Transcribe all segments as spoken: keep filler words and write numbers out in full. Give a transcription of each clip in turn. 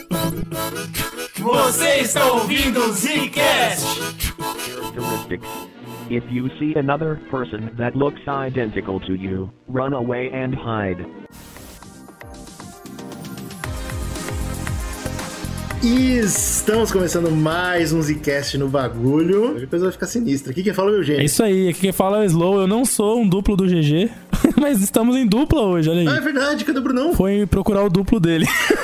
Você está ouvindo o Zcast. Characteristics. If you see another person that looks identical to you, run away and hide. E estamos começando mais um Zcast no bagulho. Hoje a coisa vai ficar sinistra. Aqui quem fala é o Eugênio. É isso aí, aqui quem fala é o Slow. Eu não sou um duplo do G G, mas estamos em dupla hoje, olha aí. Ah, é verdade, cadê o Brunão? Foi procurar o duplo dele.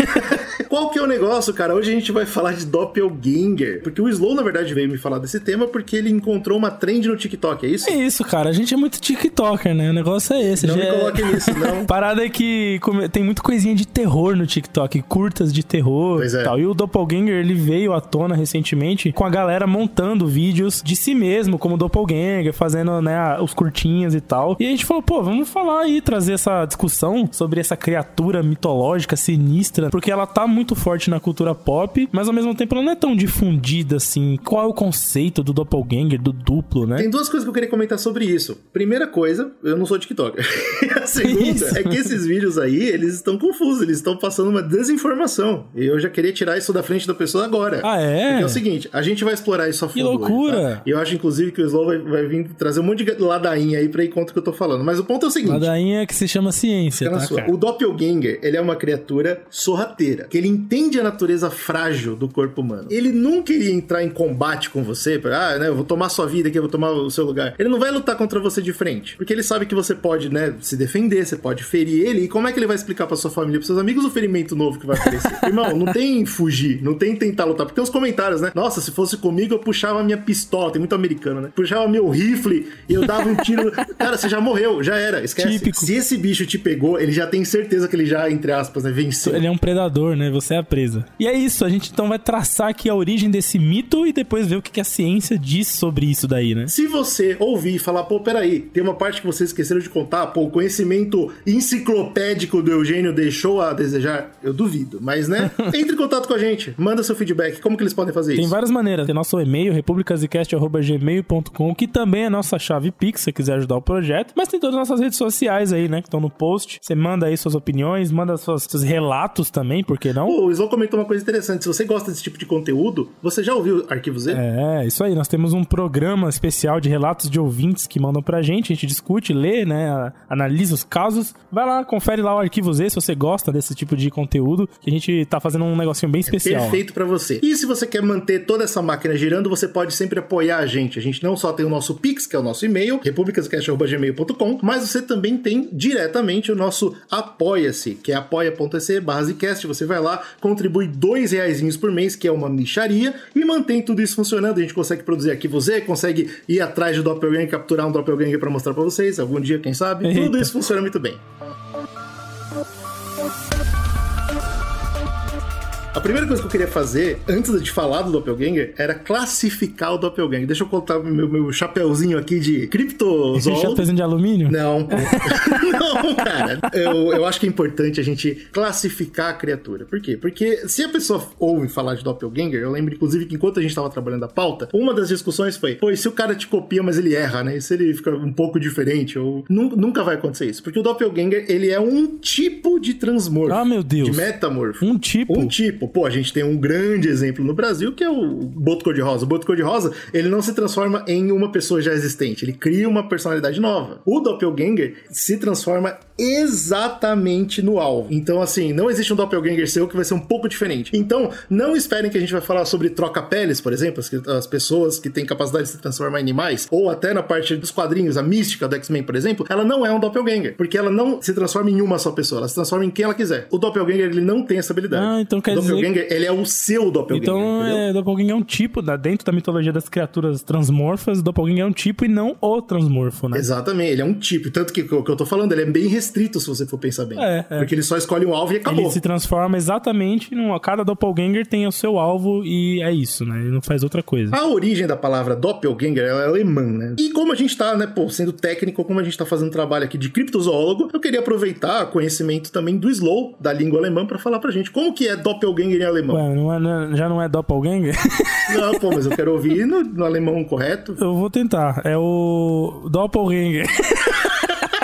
Qual que é o negócio, cara? Hoje a gente vai falar de Doppelganger. Porque o Slow, na verdade, veio me falar desse tema porque ele encontrou uma trend no TikTok, é isso? É isso, cara. A gente é muito TikToker, né? O negócio é esse. Não me é... coloque nisso, não. Parada é que tem muita coisinha de terror no TikTok, curtas de terror Pois é. e tal. E o Doppelganger, ele veio à tona recentemente com a galera montando vídeos de si mesmo, como Doppelganger, fazendo, né, os curtinhas e tal. E a gente falou, pô, vamos falar aí, trazer essa discussão sobre essa criatura mitológica, sinistra, porque ela tá muito forte na cultura pop, mas ao mesmo tempo ela não é tão difundida assim. Qual é o conceito do Doppelganger, do duplo, né? Tem duas coisas que eu queria comentar sobre isso. Primeira coisa, eu não sou TikToker. A segunda Isso. é que esses vídeos aí, eles estão confusos, eles estão passando uma desinformação. E eu já queria tirar isso da frente da pessoa agora. Ah, é? Porque é o seguinte, a gente vai explorar isso a fundo. Que loucura! Hoje, tá? E eu acho, inclusive, que o Slow vai, vai vir trazer um monte de ladainha aí pra ir contra o que eu tô falando. Mas o ponto é o seguinte... Ladainha que se chama ciência, Fica na tá, sua. cara? O Doppelganger, ele é uma criatura sorrateira, que ele entende a natureza frágil do corpo humano. Ele nunca iria entrar em combate com você, pra, ah, né, eu vou tomar sua vida aqui, eu vou tomar o seu lugar. Ele não vai lutar contra você de frente, porque ele sabe que você pode, né, se defender, você pode ferir ele, e como é que ele vai explicar pra sua família, pros seus amigos, o ferimento novo que vai aparecer? Irmão, não tem fugir, não tem tentar lutar, porque tem uns comentários, né, nossa, se fosse comigo, eu puxava minha pistola, tem muito americano, né, puxava meu rifle, e eu dava um tiro, cara, você já morreu, já era, esquece. Típico. Se esse bicho te pegou, ele já tem certeza que ele já, entre aspas, né, venceu. Ele é um predador, né? Você é a presa. E é isso, a gente então vai traçar aqui a origem desse mito e depois ver o que a ciência diz sobre isso daí, né? Se você ouvir e falar, pô, peraí, tem uma parte que vocês esqueceram de contar, pô, o conhecimento enciclopédico do Eugênio deixou a desejar, eu duvido, mas, né? Entre em contato com a gente, manda seu feedback, como que eles podem fazer Tem isso? várias maneiras. Tem nosso e-mail, republicasicast arroba gmail ponto com, que também é a nossa chave Pix, se você quiser ajudar o projeto. Mas tem todas as nossas redes sociais aí, né? Que estão no post. Você manda aí suas opiniões, manda suas, seus relatos também, por que não? Pô, o Slow comentou uma coisa interessante, se você gosta desse tipo de conteúdo, você já ouviu Arquivo Z? É, isso aí. Nós temos um programa especial de relatos de ouvintes que mandam pra gente. A gente discute, lê, né? Analisa os casos. Vai lá, confere lá o Arquivo Z se você gosta desse tipo de conteúdo, que a gente tá fazendo um negocinho bem especial. Perfeito pra você. E se você quer manter toda essa máquina girando, você pode sempre apoiar a gente. A gente não só tem o nosso Pix, que é o nosso e-mail, republicascast arroba gmail ponto com, mas você também tem diretamente o nosso Apoia-se, que é apoia.se barra Zcast. Você vai lá, contribui dois reaisinhos por mês, que é uma micharia, e mantém tudo isso funcionando. A gente consegue produzir Arquivo Z, consegue ir atrás do Doppelganger, capturar um Doppelganger pra mostrar pra vocês, algum dia, quem sabe. Eita. Tudo isso funciona muito bem. A primeira coisa que eu queria fazer, antes de falar do Doppelganger, era classificar o Doppelganger. Deixa eu contar meu, meu chapeuzinho aqui de criptozoólogo. Chapeuzinho de alumínio? Não, pô. Não, cara. Eu, eu acho que é importante a gente classificar a criatura. Por quê? Porque se a pessoa ouve falar de Doppelganger, eu lembro, inclusive, que enquanto a gente estava trabalhando a pauta, uma das discussões foi, pô, e se o cara te copia, mas ele erra, né? E se ele fica um pouco diferente? Ou... Nunca vai acontecer isso. Porque o Doppelganger, ele é um tipo de transmorfo. Ah, meu Deus. De metamorfo. Um tipo? Um tipo. Pô, a gente tem um grande exemplo no Brasil, que é o Boto Cor-de-Rosa. O Boto Cor-de-Rosa, ele não se transforma em uma pessoa já existente, ele cria uma personalidade nova. O Doppelganger se transforma exatamente no alvo. Então, assim, não existe um Doppelganger seu que vai ser um pouco diferente. Então, não esperem que a gente vai falar sobre troca-peles, por exemplo, as, as pessoas que têm capacidade de se transformar em animais, ou até na parte dos quadrinhos, a mística do X-Men, por exemplo, ela não é um Doppelganger, porque ela não se transforma em uma só pessoa, ela se transforma em quem ela quiser. O Doppelganger, ele não tem essa habilidade. Ah, então quer o dizer... Doppelganger, ele é o seu Doppelganger, Então, entendeu? é, Doppelganger é um tipo, da, dentro da mitologia das criaturas transmorfas, Doppelganger é um tipo e não o transmorfo, né? Exatamente, ele é um tipo. Tanto que o que eu tô falando, ele é bem restrito, se você for pensar bem. É, é. Porque ele só escolhe um alvo e acabou. Ele se transforma exatamente num... Cada Doppelganger tem o seu alvo e é isso, né? Ele não faz outra coisa. A origem da palavra Doppelganger ela é alemã, né? E como a gente tá, né, pô, sendo técnico, como a gente tá fazendo trabalho aqui de criptozoólogo, eu queria aproveitar o conhecimento também do Slow, da língua alemã, pra falar pra gente como que é Doppelganger em alemão. Ué, não é, não é, já não é Doppelganger? Não, pô, mas eu quero ouvir no, no alemão correto. Eu vou tentar. É o Doppelganger.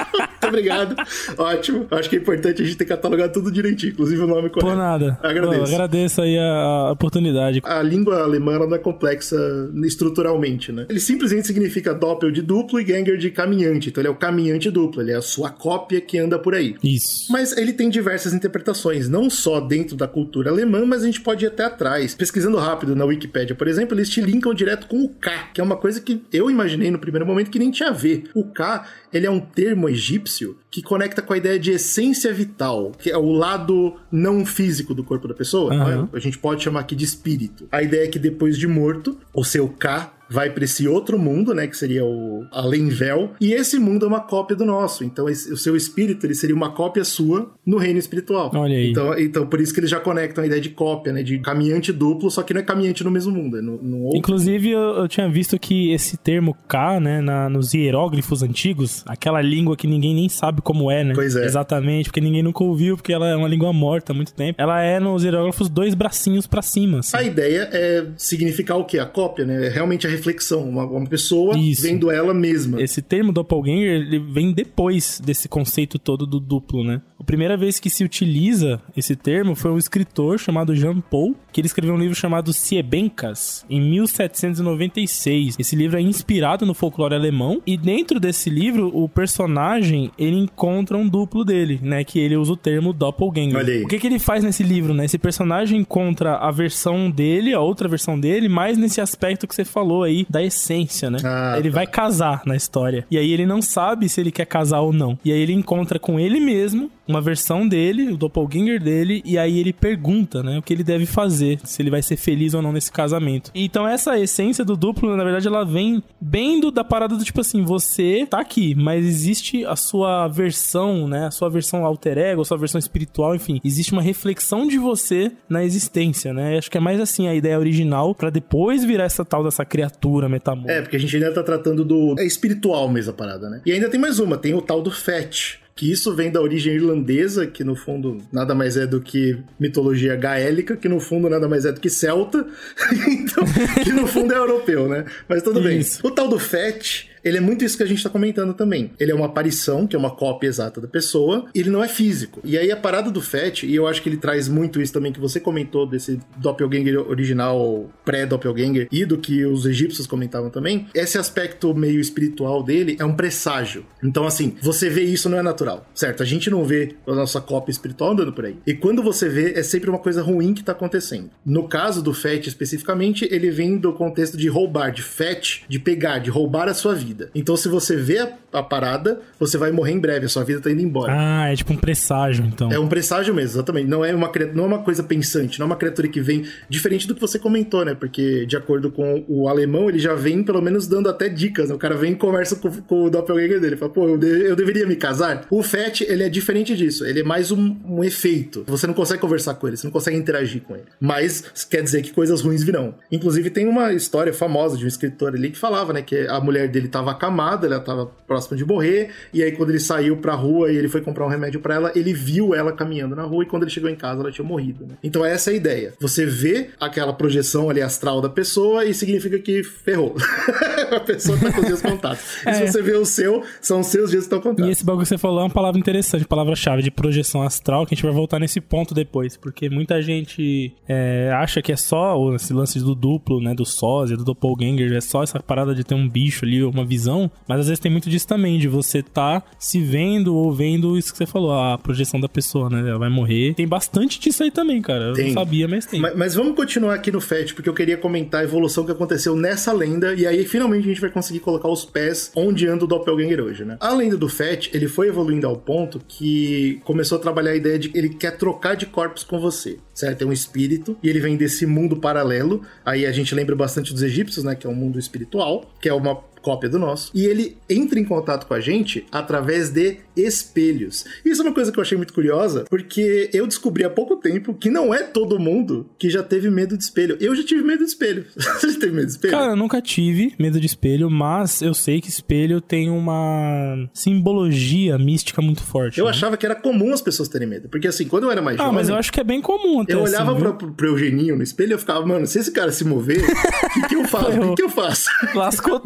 Obrigado. Ótimo. Acho que é importante a gente ter catalogado tudo direitinho, inclusive o nome correto. Por nada. Agradeço. Pô, agradeço aí a, a oportunidade. A língua alemã ela não é complexa estruturalmente, né? Ele simplesmente significa doppel de duplo e Gänger de caminhante. Então ele é o caminhante duplo, ele é a sua cópia que anda por aí. Isso. Mas ele tem diversas interpretações, não só dentro da cultura alemã, mas a gente pode ir até atrás. Pesquisando rápido na Wikipédia, por exemplo, eles te linkam direto com o Ka, que é uma coisa que eu imaginei no primeiro momento que nem tinha a ver. O Ka, ele é um termo egípcio que conecta com a ideia de essência vital, que é o lado não físico do corpo da pessoa. Uhum. Né? A gente pode chamar aqui de espírito. A ideia é que depois de morto, o seu Ka vai para esse outro mundo, né, que seria o Além-Véu, e esse mundo é uma cópia do nosso. Então esse, o seu espírito, ele seria uma cópia sua no reino espiritual. Olha aí. Então, então por isso que eles já conectam a ideia de cópia, né, de caminhante duplo, só que não é caminhante no mesmo mundo, é no, no outro. Inclusive eu, eu tinha visto que esse termo Ka, né, na, nos hieróglifos antigos, aquela língua que ninguém nem sabe como é, né? Pois é. Exatamente, porque ninguém nunca ouviu, porque ela é uma língua morta há muito tempo. Ela é nos hieróglifos dois bracinhos pra cima, assim. A ideia é significar o quê? A cópia, né? É realmente a reflexão, uma, uma pessoa Isso. vendo ela mesma. Esse termo doppelganger, ele vem depois desse conceito todo do duplo, né? A primeira vez que se utiliza esse termo foi um escritor chamado Jean Paul, que ele escreveu um livro chamado Siebenkas, em mil setecentos e noventa e seis. Esse livro é inspirado no folclore alemão, e dentro desse livro, o personagem, ele encontra um duplo dele, né? Que ele usa o termo doppelganger. Olha aí. O que que ele faz nesse livro, né? Esse personagem encontra a versão dele, a outra versão dele, mais nesse aspecto que você falou aí, da essência, né? Ah, ele tá. vai casar na história. E aí ele não sabe se ele quer casar ou não. E aí ele encontra com ele mesmo uma versão dele, o doppelganger dele, e aí ele pergunta, né, o que ele deve fazer, se ele vai ser feliz ou não nesse casamento. Então essa essência do duplo, na verdade, ela vem bem do, da parada do tipo assim, você tá aqui, mas existe a sua versão, né, a sua versão alter ego, a sua versão espiritual, enfim, existe uma reflexão de você na existência, né? Acho que é mais assim a ideia original, pra depois virar essa tal dessa criatura metamorfa. É, porque a gente ainda tá tratando do... É espiritual mesmo a parada, né? E ainda tem mais uma, tem o tal do Fetch, que isso vem da origem irlandesa, que no fundo nada mais é do que mitologia gaélica, que no fundo nada mais é do que celta, então, que no fundo é europeu, né? Mas tudo Isso. bem. O tal do Fetch, ele é muito isso que a gente tá comentando também. Ele é uma aparição, que é uma cópia exata da pessoa, e ele não é físico. E aí a parada do Fetch, e eu acho que ele traz muito isso também que você comentou desse doppelganger original, pré-doppelganger, e do que os egípcios comentavam também, esse aspecto meio espiritual dele é um presságio. Então assim, você vê isso não é natural, certo? A gente não vê a nossa cópia espiritual andando por aí. E quando você vê, é sempre uma coisa ruim que tá acontecendo. No caso do Fetch especificamente, ele vem do contexto de roubar, de fetch, de pegar, de roubar a sua vida. Então, se você vê a, a parada, você vai morrer em breve, a sua vida tá indo embora. Ah, é tipo um presságio, então. É um presságio mesmo, exatamente. Não é, uma, não é uma coisa pensante, não é uma criatura que vem diferente do que você comentou, né? Porque, de acordo com o alemão, ele já vem, pelo menos, dando até dicas, né? O cara vem e conversa com, com o doppelganger dele. Fala, pô, eu, de, eu deveria me casar? O Fetch, ele é diferente disso. Ele é mais um, um efeito. Você não consegue conversar com ele, você não consegue interagir com ele. Mas, quer dizer que coisas ruins virão. Inclusive, tem uma história famosa de um escritor ali que falava, né? Que a mulher dele tava acamada, ela tava próxima de morrer, e aí quando ele saiu pra rua e ele foi comprar um remédio pra ela, ele viu ela caminhando na rua, e quando ele chegou em casa ela tinha morrido, né? Então essa é a ideia. Você vê aquela projeção ali astral da pessoa e significa que ferrou. A pessoa tá com os dias contados. É. E se você vê o seu, são os seus dias que estão contados. E esse bagulho que você falou é uma palavra interessante, palavra-chave de projeção astral, que a gente vai voltar nesse ponto depois, porque muita gente é, acha que é só esse lance do duplo, né, do sósia, do doppelganger, é só essa parada de ter um bicho ali, uma visão, mas às vezes tem muito disso também, de você tá se vendo ou vendo isso que você falou, a projeção da pessoa, né, ela vai morrer. Tem bastante disso aí também, cara, eu tem. não sabia, mas tem. Mas, mas vamos continuar aqui no Fetch, porque eu queria comentar a evolução que aconteceu nessa lenda, e aí finalmente a gente vai conseguir colocar os pés onde anda o doppelganger hoje, né? A lenda do Fetch, ele foi evoluindo ao ponto que começou a trabalhar a ideia de que ele quer trocar de corpos com você, certo? É um espírito, e ele vem desse mundo paralelo, aí a gente lembra bastante dos egípcios, né, que é um mundo espiritual, que é uma cópia do nosso, e ele entra em contato com a gente através de espelhos. Isso é uma coisa que eu achei muito curiosa, porque eu descobri há pouco tempo que não é todo mundo que já teve medo de espelho. Eu já tive medo de espelho. Você já teve medo de espelho? Cara, eu nunca tive medo de espelho, mas eu sei que espelho tem uma simbologia mística muito forte. Eu né? achava que era comum as pessoas terem medo, porque assim, quando eu era mais Ah, jovem... mas eu acho que é bem comum até Eu assim, olhava viu? pra, pro Eugeninho no espelho e eu ficava, mano, se esse cara se mover, o que, que eu faço? O que, que eu faço? Lascou tudo. Então,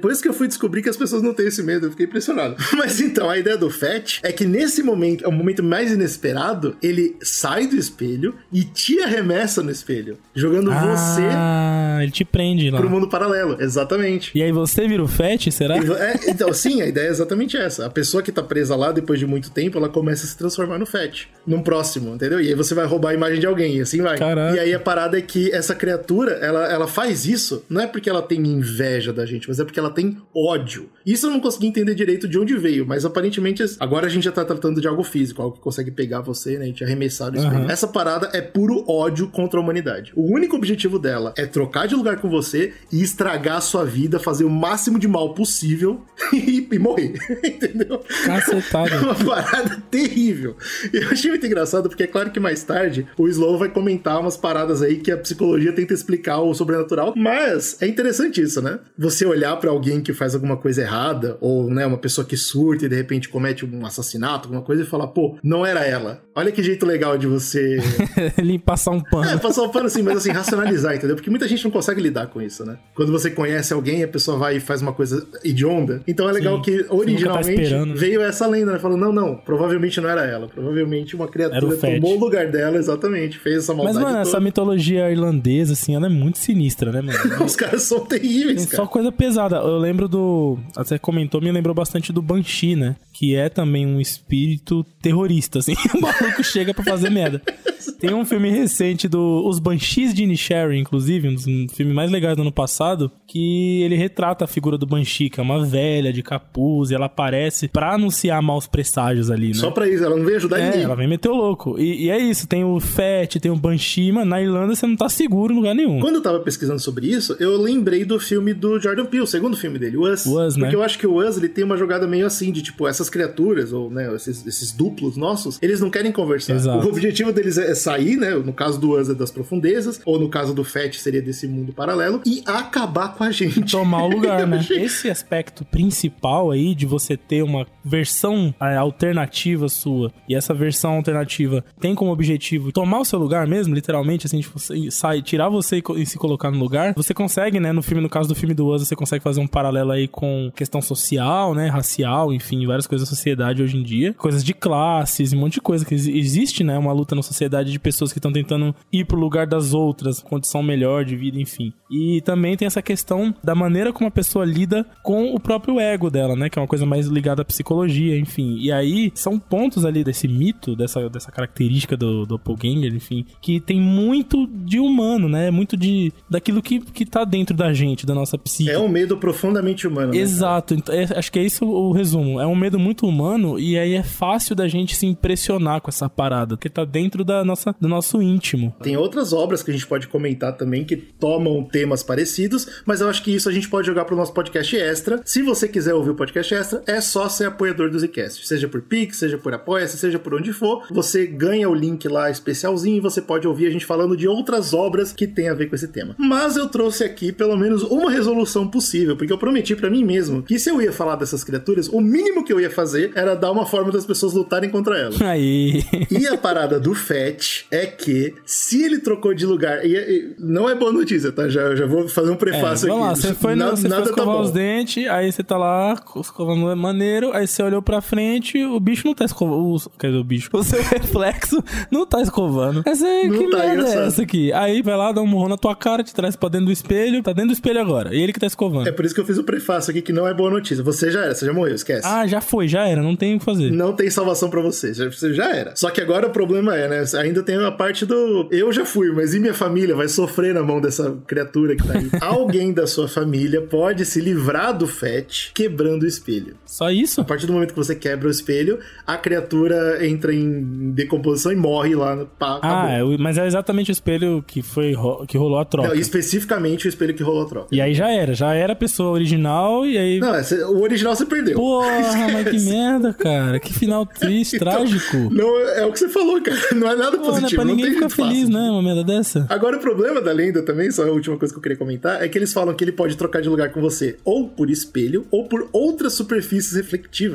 Depois que eu fui descobrir que as pessoas não têm esse medo, eu fiquei impressionado. Mas então, a ideia do Fetch é que nesse momento, é o momento mais inesperado, ele sai do espelho e te arremessa no espelho, jogando ah, você... Ah, ele te prende lá. Pro mundo paralelo, exatamente. E aí você vira o Fetch, será? É, então, sim, a ideia é exatamente essa. A pessoa que tá presa lá, depois de muito tempo, ela começa a se transformar no Fetch. Num próximo, entendeu? E aí você vai roubar a imagem de alguém, e assim vai. Caraca. E aí a parada é que essa criatura, ela, ela faz isso, não é porque ela tem inveja da gente, mas é porque ela tem ódio. Isso eu não consegui entender direito de onde veio, mas aparentemente, agora a gente já tá tratando de algo físico, algo que consegue pegar você, né, e te arremessar no espelho. Uhum. Essa parada é puro ódio contra a humanidade. O único objetivo dela é trocar de lugar com você e estragar a sua vida, fazer o máximo de mal possível e, e morrer, entendeu? Cacetado. É uma parada terrível. E eu achei muito engraçado, porque é claro que mais tarde o Slow vai comentar umas paradas aí que a psicologia tenta explicar o sobrenatural, mas é interessante isso, né? Você olhar pra alguém que faz alguma coisa errada, ou, né, uma pessoa que surta e de repente comete um assassinato, alguma coisa, e falar, pô, não era ela. Olha que jeito legal de você... Ele passar um pano. É, passar um pano assim, mas assim, racionalizar, entendeu? Porque muita gente não consegue lidar com isso, né? Quando você conhece alguém, a pessoa vai e faz uma coisa hedionda. Então é legal Sim, que originalmente tá veio essa lenda, né? Falou, não, não, provavelmente não era ela. Provavelmente uma criatura tomou o lugar dela, exatamente, fez essa maldade. Mas, mano, toda. Essa mitologia irlandesa, assim, ela é muito sinistra, né, mano? Os caras são terríveis, Tem cara. Só coisa pesada. Eu lembro do... Você comentou, me lembrou bastante do Banshee, né? Que é também um espírito terrorista, assim. O maluco chega pra fazer merda. Tem um filme recente do Os Banshees de Inisherin, inclusive, um dos filmes mais legais do ano passado, que ele retrata a figura do Banshee, que é uma velha de capuz, e ela aparece pra anunciar maus presságios ali, né? Só pra isso, ela não veio ajudar é, ninguém. Ela vem meter o louco. E, e é isso, tem o Fetch, tem o Banshee, mano, na Irlanda você não tá seguro em lugar nenhum. Quando eu tava pesquisando sobre isso, eu lembrei do filme do Jordan Peele, o segundo filme dele, o Us. O Us, né? Porque eu acho que o Us, ele tem uma jogada meio assim, de tipo, essas criaturas, ou, né, esses, esses duplos nossos, eles não querem conversar. Exato. O objetivo deles é sair, né, no caso do Us é das profundezas, ou no caso do Fetch seria desse mundo paralelo, e acabar com a gente. Tomar o lugar, né? Esse aspecto principal aí de você ter uma versão alternativa sua, e essa versão alternativa tem como objetivo tomar o seu lugar mesmo, literalmente, assim, tipo, sai, tirar você e se colocar no lugar, você consegue, né, no filme, no caso do filme do Us, você consegue fazer um paralelo aí com questão social, né, racial, enfim, várias coisas da sociedade hoje em dia, coisas de classes, um monte de coisa, que existe, né, uma luta na sociedade de pessoas que estão tentando ir pro lugar das outras, condição melhor de vida, enfim. E também tem essa questão da maneira como a pessoa lida com o próprio ego dela, né, que é uma coisa mais ligada à psicologia, enfim. E aí, são pontos ali desse mito, dessa, dessa característica do doppelganger, enfim, que tem muito de humano, né, muito de daquilo que, que tá dentro da gente, da nossa psique. É um medo profundamente humano, né? Exato, então, é, acho que é isso o resumo, é um medo muito humano, e aí é fácil da gente se impressionar com essa parada, porque tá dentro da nossa, do nosso íntimo. Tem outras obras que a gente pode comentar também que tomam temas parecidos, mas eu acho que isso a gente pode jogar pro nosso podcast extra. Se você quiser ouvir o podcast extra, é só ser apoiador do Zcast, seja por Pix, seja por Apoia-se, seja por onde for, você ganha o link lá especialzinho e você pode ouvir a gente falando de outras obras que tem a ver com esse tema. Mas eu trouxe aqui pelo menos uma resolução possível, porque eu prometi pra mim mesmo que se eu ia falar dessas criaturas, o mínimo que eu ia fazer era dar uma forma das pessoas lutarem contra elas. Aí. E a parada do Fetch é que se ele trocou de lugar, e, e não é boa notícia, tá? Já, já vou fazer um prefácio é, vamos aqui. Lá, você foi, nada, no, você nada foi escovar tá os dentes, aí você tá lá escovando maneiro, aí você olhou pra frente, o bicho não tá escovando. Quer dizer, o bicho. O seu reflexo não tá escovando. Essa é, não que tá, merda engraçado. É essa aqui? Aí vai lá, dá um murrão na tua cara, te traz pra dentro do espelho, tá dentro do espelho agora. E ele que tá escovando. É por isso que eu fiz o prefácio aqui, que não é boa notícia. Você já era, você já morreu, esquece. Ah, já foi, já era, não tem o que fazer. Não tem salvação pra você, já, você já era. Só que agora o problema é, né, ainda tem a parte do... Eu já fui, mas e minha família vai sofrer na mão dessa criatura que tá aí? Alguém da sua família pode se livrar do Fetch quebrando o espelho. Só isso? A partir do momento que você quebra o espelho, a criatura entra em decomposição e morre lá no pá, Ah, é, mas é exatamente o espelho que, foi, que rolou a troca. Não, especificamente o espelho que rolou a troca. E aí já era, já era a pessoa original e aí... Não, o original você perdeu. Porra, mas que merda, cara. Que final triste, então, trágico. Não, é o que você falou, cara. Não é nada Pô, positivo. Não é pra não ninguém ficar feliz, fácil. né? Uma merda dessa. Agora, o problema da lenda também, só a última coisa que eu queria comentar, é que eles falam que ele pode trocar de lugar com você ou por espelho ou por outras superfícies reflectivas.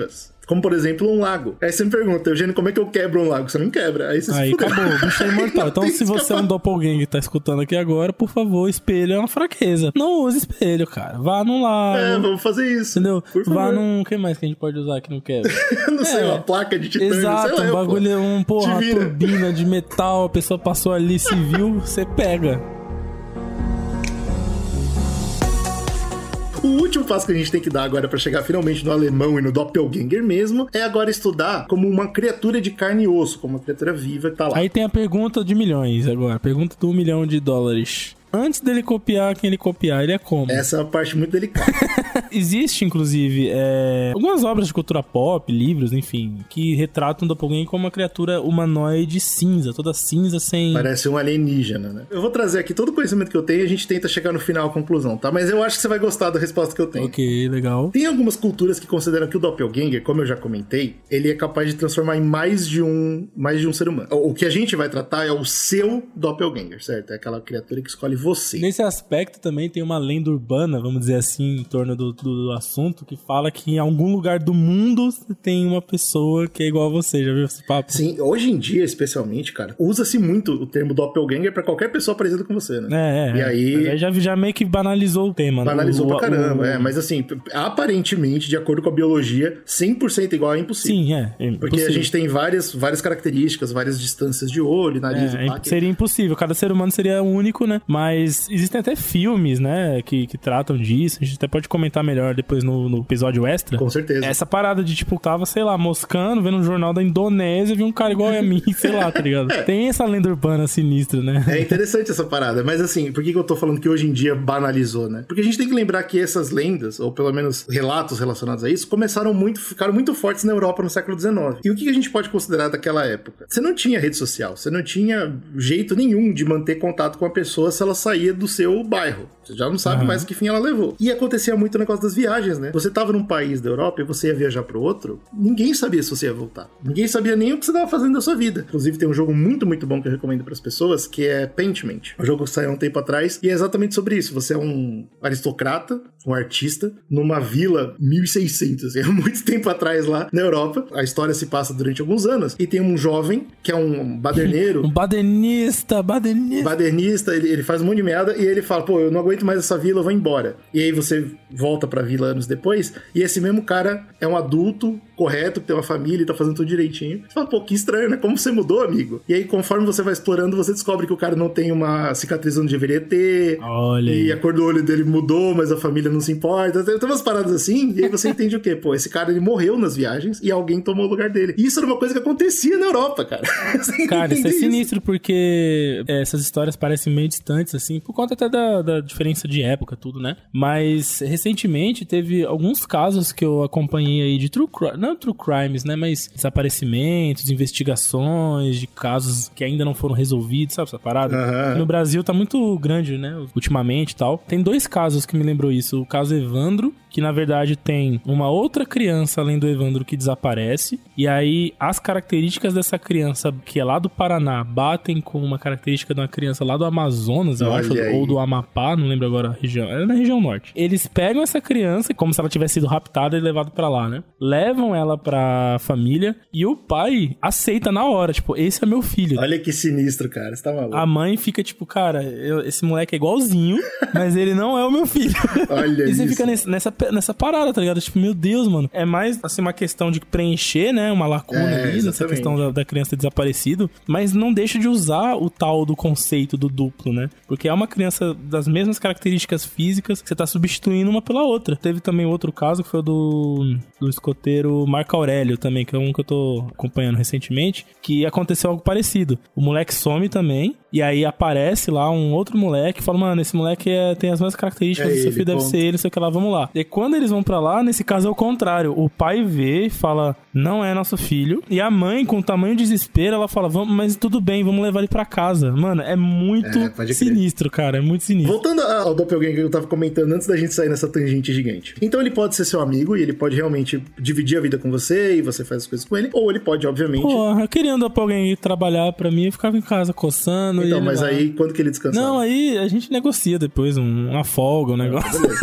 como por exemplo um lago. Aí você me pergunta, Eugênio, como é que eu quebro um lago? Você não quebra. Aí você Aí se fudeu. acabou, o bicho é imortal. Então se você é um doppelganger que tá escutando aqui agora, por favor, espelho é uma fraqueza. Não use espelho, cara. Vá num lago. É, vamos fazer isso. Entendeu? Por favor. Vá num... O que mais que a gente pode usar que não quebra? não sei, É. uma placa de titânio, Exato, sei lá, um bagulho, pô. um, porra, uma Te vira. turbina de metal, a pessoa passou ali, se viu, você pega. O último passo que a gente tem que dar agora pra chegar finalmente no alemão e no doppelganger mesmo é agora estudar como uma criatura de carne e osso, como uma criatura viva que tá lá. Aí tem a pergunta de milhões agora, pergunta do um milhão de dólares. Antes dele copiar quem ele copiar, ele é como? Essa é uma parte muito delicada. Existe, inclusive, é, algumas obras de cultura pop, livros, enfim, que retratam o doppelganger como uma criatura humanoide cinza, toda cinza, sem... Parece um alienígena, né? Eu vou trazer aqui todo o conhecimento que eu tenho e a gente tenta chegar no final à conclusão, tá? Mas eu acho que você vai gostar da resposta que eu tenho. Ok, legal. Tem algumas culturas que consideram que o doppelganger, como eu já comentei, ele é capaz de transformar em mais de um, mais de um ser humano. O que a gente vai tratar é o seu doppelganger, certo? É aquela criatura que escolhe você. Nesse aspecto também tem uma lenda urbana, vamos dizer assim, em torno do, do assunto, que fala que em algum lugar do mundo tem uma pessoa que é igual a você, já viu esse papo? Sim, hoje em dia, especialmente, cara, usa-se muito o termo doppelganger pra qualquer pessoa parecida com você, né? É, é. E aí... Mas aí já, já meio que banalizou o tema, né? Banalizou o, pra caramba, o, é. Mas assim, aparentemente, de acordo com a biologia, cem por cento igual é impossível. Sim, é. é Porque impossível. a gente tem várias, várias características, várias distâncias de olho, nariz É, e pá. seria impossível, cada ser humano seria único, né? Mas existem até filmes, né, que, que tratam disso. A gente até pode comentar melhor depois no, no episódio extra. Com certeza. Essa parada de, tipo, tava, sei lá, moscando, vendo um jornal da Indonésia e vi um cara igual a mim, sei lá, tá ligado? Tem essa lenda urbana sinistra, né? É interessante essa parada, mas assim, por que que eu tô falando que hoje em dia banalizou, né? Porque a gente tem que lembrar que essas lendas, ou pelo menos relatos relacionados a isso, começaram muito, ficaram muito fortes na Europa no século dezenove. E o que que a gente pode considerar daquela época? Você não tinha rede social, você não tinha jeito nenhum de manter contato com a pessoa se ela saía do seu bairro. Você já não sabe Uhum. mais que fim ela levou. E acontecia muito o negócio das viagens, né? Você tava num país da Europa e você ia viajar pro outro, ninguém sabia se você ia voltar. Ninguém sabia nem o que você tava fazendo da sua vida. Inclusive tem um jogo muito, muito bom que eu recomendo pras pessoas, que é Paintment. O jogo saiu há um tempo atrás e é exatamente sobre isso. Você é um aristocrata, um artista, numa vila mil e seiscentos, é muito tempo atrás lá na Europa. A história se passa durante alguns anos e tem um jovem que é um baderneiro. Um badernista, badernista. Badernista, ele, ele faz um monte de merda e ele fala, pô, eu não aguento mais essa vila, eu vou embora. E aí você volta pra vila anos depois e esse mesmo cara é um adulto correto, que tem uma família e tá fazendo tudo direitinho. Você fala, pô, que estranho, né? Como você mudou, amigo? E aí, conforme você vai explorando, você descobre que o cara não tem uma cicatriz onde deveria ter. Olha E aí. a cor do olho dele mudou, mas a família não se importa. Tem, tem umas paradas assim, e aí você entende o quê? Pô, esse cara, ele morreu nas viagens e alguém tomou o lugar dele. E isso era uma coisa que acontecia na Europa, cara. Você Cara, isso é entende sinistro porque é, essas histórias parecem meio distantes, assim, por conta até da, da diferença de época, tudo, né? Mas, recentemente, teve alguns casos que eu acompanhei aí de true crime, não true crimes, né? Mas desaparecimentos, investigações de casos que ainda não foram resolvidos, sabe essa parada? Aham. No Brasil tá muito grande, né? Ultimamente e tal. Tem dois casos que me lembrou isso. O caso Evandro, que na verdade tem uma outra criança além do Evandro que desaparece, e aí as características dessa criança que é lá do Paraná batem com uma característica de uma criança lá do Amazonas, eu Olha acho, aí. ou do Amapá, não lembro agora a região, era na região norte. Eles pegam essa criança como se ela tivesse sido raptada e levada pra lá, né? Levam ela pra família e o pai aceita na hora, tipo, esse é meu filho. Olha que sinistro, cara. Você tá maluco. A mãe fica tipo, cara, eu- esse moleque é igualzinho, mas ele não é o meu filho. Olha E você isso. fica nesse- nessa, nessa parada, tá ligado? Tipo, meu Deus, mano. É mais, assim, uma questão de preencher, né? Uma lacuna É, ali, nessa exatamente. questão da, da criança ter desaparecido. Mas não deixa de usar o tal do conceito do duplo, né? Porque é uma criança das mesmas características físicas que você tá substituindo uma pela outra. Teve também outro caso que foi o do, do escoteiro Marco Aurélio também, que é um que eu tô acompanhando recentemente, que aconteceu algo parecido. O moleque some também, e aí aparece lá um outro moleque e fala, mano, esse moleque é- tem as mesmas características É do seu ele, filho, deve ponto. ser ele, sei o que lá, vamos lá. E quando eles vão pra lá, nesse caso é o contrário. O pai vê e fala, não é nosso filho. E a mãe, com tamanho desespero, ela fala, vamos, mas tudo bem, vamos levar ele pra casa. Mano, é muito É, pode crer. sinistro, cara, é muito sinistro. Voltando ao doppelganger que eu tava comentando antes da gente sair nessa tangente gigante. Então ele pode ser seu amigo e ele pode realmente dividir a vida com você e você faz as coisas com ele. Ou ele pode, obviamente... Porra, eu queria andar pra alguém ir trabalhar pra mim, eu ficava em casa coçando, trabalhando. Então, e mas vai... aí, quando que ele descansava? Não, aí a gente negocia depois, um, uma folga, um negócio. Beleza.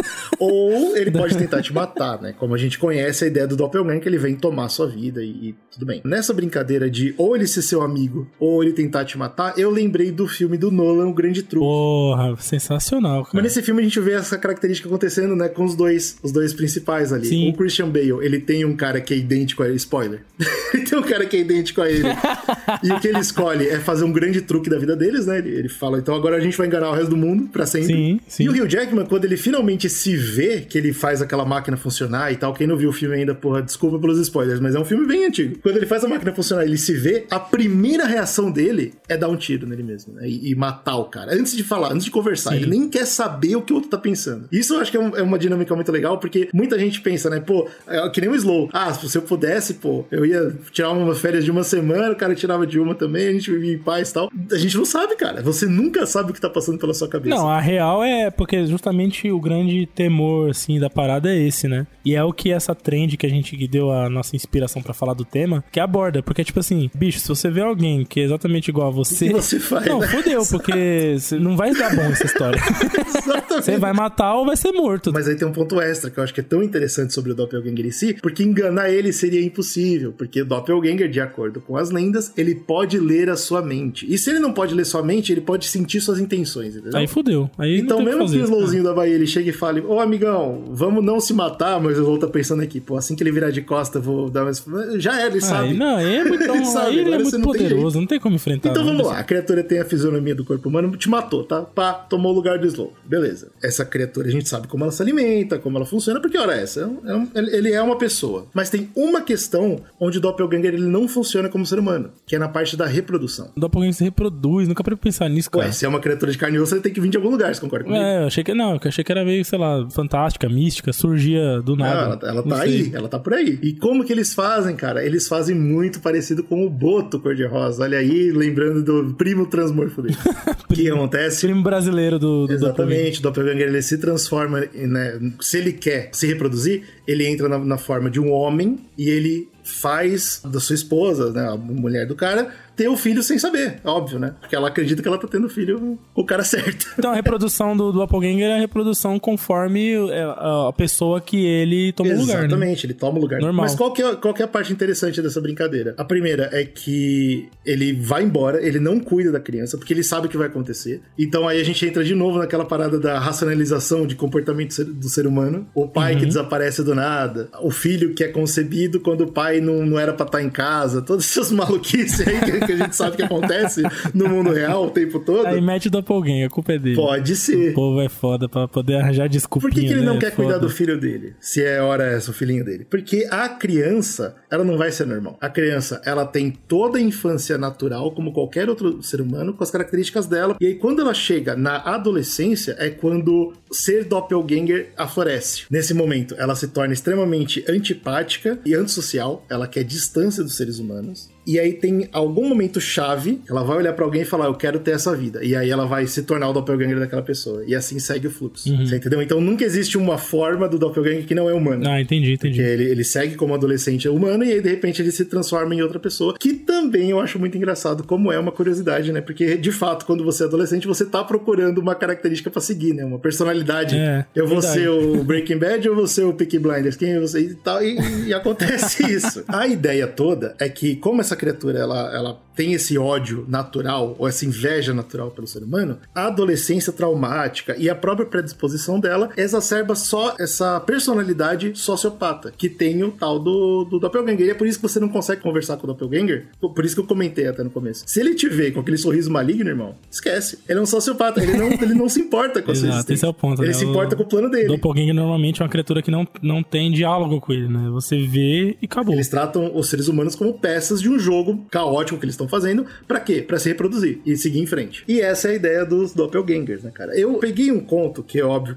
Ou ele pode tentar te matar, né? Como a gente conhece a ideia do Doppelganger, que ele vem tomar sua vida e, e tudo bem. Nessa brincadeira de ou ele ser seu amigo, ou ele tentar te matar, eu lembrei do filme do Nolan, O Grande Truque. Porra, sensacional, cara. Mas nesse filme a gente vê essa característica acontecendo, né, com os dois, os dois principais ali. Sim. O Christian Bale, ele tem um cara que é idêntico a ele, spoiler. Ele tem um cara que é idêntico a ele. E o que ele escolhe é fazer um grande truque da vida deles, né? Ele, ele fala, então agora a gente vai enganar o resto do mundo pra sempre. Sim, sim. E o Hugh Jackman, quando ele finalmente se vê que ele faz aquela máquina funcionar e tal, quem não viu o filme ainda, porra, desculpa pelos spoilers, mas é um filme bem antigo. Quando ele faz a máquina funcionar, ele se vê, a primeira reação dele é dar um tiro nele mesmo, né? E, e matar o cara. Antes de falar, antes de conversar. Sim. Ele nem quer saber o que o outro tá pensando. Isso eu acho que é, um, é uma dinâmica muito legal, porque muita gente pensa, né? Pô, é, que nem o Slow. Ah, se eu pudesse, pô, eu ia tirar umas férias de uma semana, o cara tirava de uma também, a gente vivia em paz e tal. A gente não sabe, cara. Você nunca sabe o que tá passando pela sua cabeça. Não, a real é porque justamente o grande temor, assim, da parada é esse, né? E é o que essa trend que a gente que deu a nossa inspiração pra falar do tema, que aborda. Porque, tipo assim, bicho, se você vê alguém que é exatamente igual a você... O que você faz, Não, né? fodeu, porque não vai dar bom essa história. Exatamente. Você vai matar ou vai ser morto. Mas aí tem um ponto extra que eu acho que é tão interessante sobre o Doppelganger em si, porque enganar ele seria impossível, porque o Doppelganger, de acordo com as lendas, ele pode ler a sua mente. E se ele não pode ler sua mente, ele pode sentir suas intenções, entendeu? Aí fudeu. Aí então, não tem mesmo que, que o fazer, Slowzinho da Bahia ele chega e fale, ô amigão, vamos não se matar, mas eu vou estar pensando aqui, pô, assim que ele virar de costa, eu vou dar umas... Já era, ele sabe. Aí, não, ele é muito, ele sabe, aí ele é muito não poderoso, tem não tem como enfrentar. Então não, vamos desse... lá, a criatura tem a fisionomia do corpo humano, te matou, tá? Pá, tomou o lugar do Slow. Beleza. Essa criatura, a gente sabe como ela se alimenta, como ela funciona, porque, ora, essa é um, ele é uma pessoa. Mas tem uma questão onde o Doppelganger ele não funciona como ser humano, que é na parte da reprodução. O Doppelganger se reproduz, nunca parei pra pensar nisso, cara. Ué, se é uma criatura de carne e osso, ele tem que vir de algum lugar, você concorda comigo? É, eu achei que não, eu achei que era meio, sei lá, fantástica, mística, surgia do nada. Não, ela, ela tá aí, ela tá por aí. E como que eles fazem, cara? Eles fazem muito parecido com o Boto cor-de-rosa. Olha aí, lembrando do primo transmorfo dele. O que acontece? Primo brasileiro do, do Exatamente, o Doppelganger ele se transforma, né? Se ele quer se reproduzir, ele entra na, na forma de um homem e ele faz da sua esposa, né, a mulher do cara, ter o filho sem saber, óbvio, né? Porque ela acredita que ela tá tendo filho com o cara certo. Então a reprodução do, do Doppelganger é a reprodução conforme a, a pessoa que ele toma o lugar, né? Exatamente, ele toma o lugar. Normal. Mas qual que, é, qual que é a parte interessante dessa brincadeira? A primeira é que ele vai embora, ele não cuida da criança, porque ele sabe o que vai acontecer. Então aí a gente entra de novo naquela parada da racionalização de comportamento do ser humano. O pai uhum. que desaparece do nada, o filho que é concebido quando o pai não, não era pra estar em casa, todas essas maluquices aí que, que a gente sabe que acontece no mundo real o tempo todo. Aí mete o Doppelganger, a culpa é dele. Pode ser. O povo é foda pra poder arranjar desculpinha. Por que, que ele né? não quer é foda. cuidar do filho dele? Se é hora essa, o filhinho dele. Porque a criança, ela não vai ser normal. A criança, ela tem toda a infância natural, como qualquer outro ser humano, com as características dela. E aí, quando ela chega na adolescência, é quando ser Doppelganger aflorece. Nesse momento, ela se torna extremamente antipática e antissocial. Ela quer distância dos seres humanos. E aí tem algum momento chave, ela vai olhar pra alguém e falar, eu quero ter essa vida. E aí ela vai se tornar o Doppelganger daquela pessoa. E assim segue o fluxo. Uhum. Você entendeu? Então nunca existe uma forma do Doppelganger que não é humana. Ah, entendi, entendi. Porque ele, ele segue como adolescente humano e aí de repente ele se transforma em outra pessoa. Que também eu acho muito engraçado, como é uma curiosidade, né? Porque de fato, quando você é adolescente, você tá procurando uma característica pra seguir, né? Uma personalidade. É, eu vou verdade. ser o Breaking Bad ou eu vou ser o Peaky Blinders? Quem é você? E, tal, e, e acontece isso. A ideia toda é que, como essa criatura, ela ela tem esse ódio natural, ou essa inveja natural pelo ser humano, a adolescência traumática e a própria predisposição dela exacerba só essa personalidade sociopata, que tem o tal do, do Doppelganger. E é por isso que você não consegue conversar com o Doppelganger, por isso que eu comentei até no começo. Se ele te vê com aquele sorriso maligno, irmão, esquece. Ele é um sociopata, ele não, ele não se importa com a sua existência. Esse é o ponto, ele né? se importa o com o plano dele. O Doppelganger normalmente é uma criatura que não, não tem diálogo com ele, né? Você vê e acabou. Eles tratam os seres humanos como peças de um jogo caótico que eles estão fazendo. Pra quê? Pra se reproduzir e seguir em frente. E essa é a ideia dos Doppelgangers, né, cara? Eu peguei um conto, que é óbvio que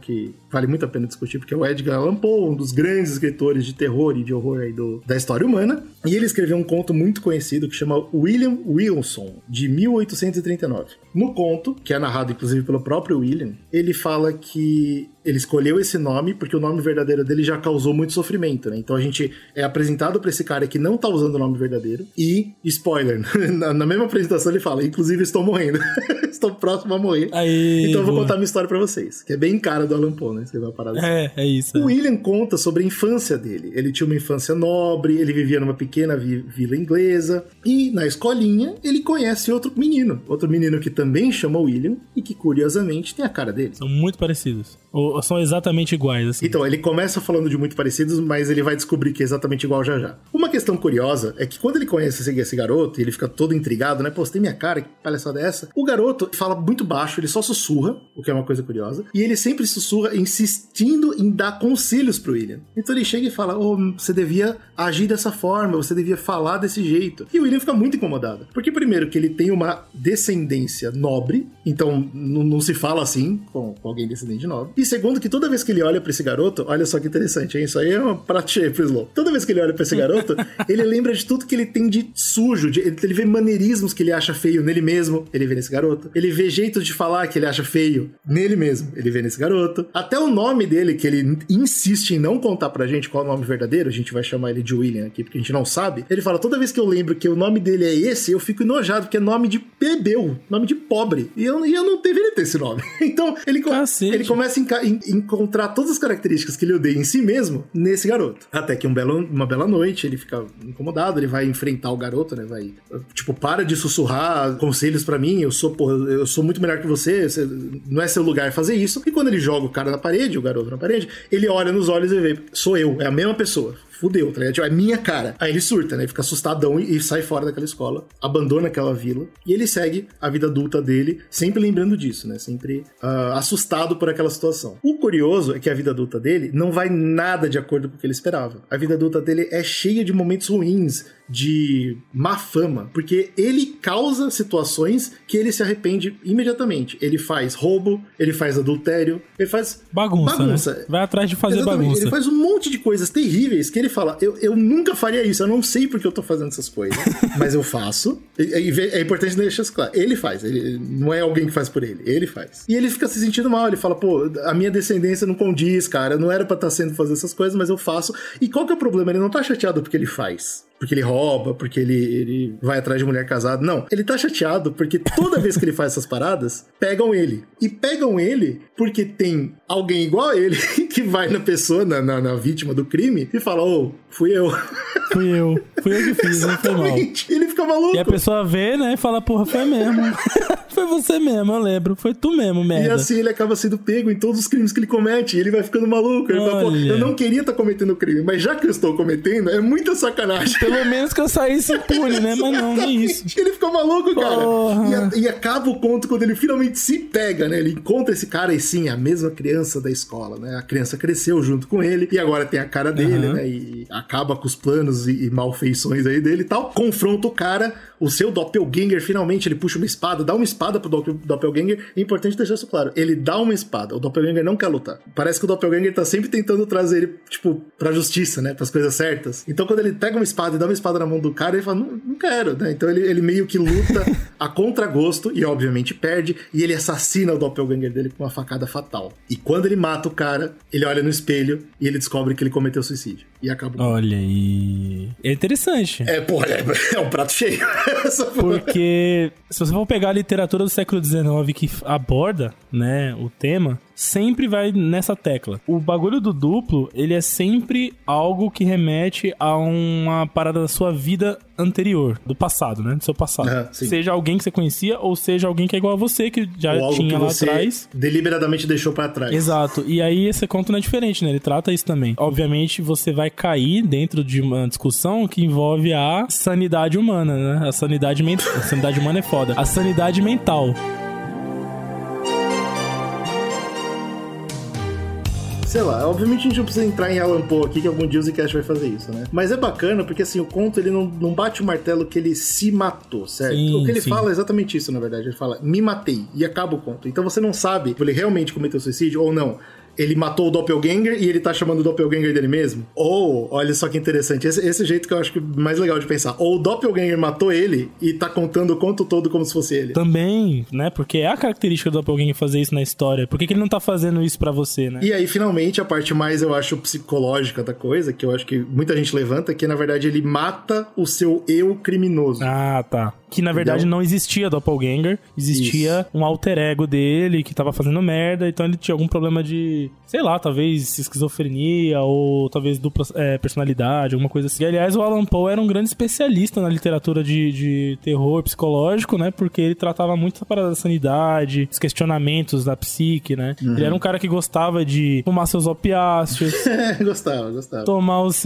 vale muito a pena discutir, porque é o Edgar Allan Poe, um dos grandes escritores de terror e de horror aí do, da história humana, e ele escreveu um conto muito conhecido que chama William Wilson, de mil oitocentos e trinta e nove. No conto, que é narrado inclusive pelo próprio William, ele fala que ele escolheu esse nome porque o nome verdadeiro dele já causou muito sofrimento, né? Então a gente é apresentado pra esse cara que não tá usando o nome verdadeiro e, spoiler, na, na mesma apresentação ele fala, inclusive estou morrendo, estou próximo a morrer. Aí, então eu vou boa. contar minha história pra vocês, que é bem cara do Allan Poe, né? Escrever uma parada É, assim. é isso. O William conta sobre a infância dele. Ele tinha uma infância nobre, ele vivia numa pequena vi- vila inglesa e na escolinha ele conhece outro menino, outro menino que também chama William e que curiosamente tem a cara dele. São muito parecidos. Ou são exatamente iguais, assim. Então, ele começa falando de muito parecidos, mas ele vai descobrir que é exatamente igual já já. Uma questão curiosa é que quando ele conhece esse, esse garoto, e ele fica todo intrigado, né? Pô, você tem minha cara, que palhaçada é essa? O garoto fala muito baixo, ele só sussurra, o que é uma coisa curiosa, e ele sempre sussurra insistindo em dar conselhos pro William. Então ele chega e fala, oh, você devia agir dessa forma, você devia falar desse jeito. E o William fica muito incomodado. Porque primeiro que ele tem uma descendência nobre, então não, não se fala assim com, com alguém descendente nobre. E segundo que toda vez que ele olha pra esse garoto, olha só que interessante, hein? Isso aí é uma prato cheio pro Slow. Toda vez que ele olha pra esse garoto, ele lembra de tudo que ele tem de sujo, de, ele vê maneirismos que ele acha feio nele mesmo, ele vê nesse garoto. Ele vê jeitos de falar que ele acha feio nele mesmo, ele vê nesse garoto. Até o nome dele, que ele insiste em não contar pra gente qual é o nome verdadeiro, a gente vai chamar ele de William aqui, porque a gente não sabe. Ele fala, toda vez que eu lembro que o nome dele é esse, eu fico enojado, porque é nome de plebeu, nome de pobre. E eu, e eu não deveria ter esse nome. Então, ele, ele começa a enca- em, encontrar todas as características que ele odeia em si mesmo nesse garoto. Até que um belo, uma bela noite, ele fica incomodado, ele vai enfrentar o garoto, né? Vai, tipo, para de sussurrar conselhos pra mim, eu sou, porra, eu sou muito melhor que você, você, não é seu lugar fazer isso. E quando ele joga o cara na parede, o garoto na parede, ele olha nos olhos e vê, sou eu, é a mesma pessoa. Fudeu, tá ligado? Tipo, é minha cara. Aí ele surta, né? Ele fica assustadão e, e sai fora daquela escola, abandona aquela vila e ele segue a vida adulta dele, sempre lembrando disso, né? Sempre uh, assustado por aquela situação. O curioso é que a vida adulta dele não vai nada de acordo com o que ele esperava. A vida adulta dele é cheia de momentos ruins, de má fama, porque ele causa situações que ele se arrepende imediatamente. Ele faz roubo, ele faz adultério, ele faz bagunça, bagunça. Né? Vai atrás de fazer Exatamente. bagunça. Ele faz um monte de coisas terríveis que ele fala, eu, eu nunca faria isso, eu não sei porque eu tô fazendo essas coisas, mas eu faço. E, e, é importante deixar isso claro. Ele faz, ele, não é alguém que faz por ele, ele faz. E ele fica se sentindo mal, ele fala, pô, a minha descendência não condiz, cara, eu não era pra estar sendo fazer essas coisas, mas eu faço. E qual que é o problema? Ele não tá chateado porque ele faz. Porque ele rouba, porque ele, ele vai atrás de mulher casada. Não, ele tá chateado porque toda vez que ele faz essas paradas, pegam ele. E pegam ele porque tem alguém igual a ele que vai na pessoa, na, na, na vítima do crime, e fala, ô, oh, fui eu. Fui eu. Fui eu que fiz, não foi mal. Ele fica maluco. E a pessoa vê, né, e fala, porra, foi mesmo. Foi você mesmo, eu lembro. Foi tu mesmo, merda. E assim ele acaba sendo pego em todos os crimes que ele comete. E ele vai ficando maluco. Ele fala, pô, eu não queria estar cometendo crime, mas já que eu estou cometendo, é muita sacanagem. Pelo menos que eu saísse impune, né? Mas não, nem isso. Ele fica maluco, cara. E, e acaba o conto quando ele finalmente se pega, né? Ele encontra esse cara e sim, a mesma criança da escola, né? A criança cresceu junto com ele e agora tem a cara dele, uhum. né? E acaba com os planos e, e malfeições aí dele e tal. Confronta o cara, o seu doppelganger, finalmente ele puxa uma espada, dá uma espada pro doppelganger. É importante deixar isso claro. Ele dá uma espada, o doppelganger não quer lutar. Parece que o doppelganger tá sempre tentando trazer ele, tipo, pra justiça, né? Pras coisas certas. Então quando ele pega uma espada e dá uma espada na mão do cara, ele fala, não, não quero, né? Então ele, ele meio que luta a contragosto e obviamente perde, e ele assassina o doppelganger dele com uma facada fatal. E quando ele mata o cara, ele olha no espelho e ele descobre que ele cometeu suicídio. E acaba. Olha aí. É interessante. É, porra, é, é um prato cheio. Porque se você for pegar a literatura do século dezenove que aborda, né, o tema, sempre vai nessa tecla. O bagulho do duplo, ele é sempre algo que remete a uma parada da sua vida anterior, do passado, né? Do seu passado. Ah, seja alguém que você conhecia ou seja alguém que é igual a você, que já ou tinha que lá você atrás. Deliberadamente deixou pra trás. Exato. E aí esse conto não é diferente, né? Ele trata isso também. Obviamente você vai cair dentro de uma discussão que envolve a sanidade humana, né? A sanidade mental. A sanidade humana é foda. A sanidade mental. Sei lá, obviamente a gente não precisa entrar em Allan Poe aqui, que algum dia o Zcast vai fazer isso, né? Mas é bacana porque, assim, o conto, ele não, não bate o martelo que ele se matou, certo? Sim, o que ele sim. fala é exatamente isso, na verdade. Ele fala, me matei, e acaba o conto. Então você não sabe se ele realmente cometeu suicídio ou não. ele matou o Doppelganger e ele tá chamando o Doppelganger dele mesmo. Ou, olha só que interessante, esse, esse jeito que eu acho que mais legal de pensar. Ou o Doppelganger matou ele e tá contando o conto todo como se fosse ele. Também, né? Porque é a característica do Doppelganger fazer isso na história. Por que, que ele não tá fazendo isso pra você, né? E aí, finalmente, a parte mais, eu acho, psicológica da coisa, que eu acho que muita gente levanta, que na verdade ele mata o seu eu criminoso. Ah, tá. Que na verdade Entendeu? Não existia Doppelganger, existia Isso. um alter ego dele que tava fazendo merda, então ele tinha algum problema de, sei lá, talvez esquizofrenia ou talvez dupla é, personalidade, alguma coisa assim. E, aliás, o Allan Poe era um grande especialista na literatura de, de terror psicológico, né, porque ele tratava muito a parada da sanidade, os questionamentos da psique, né. Uhum. Ele era um cara que gostava de fumar seus opiáceos. gostava, gostava. Tomar o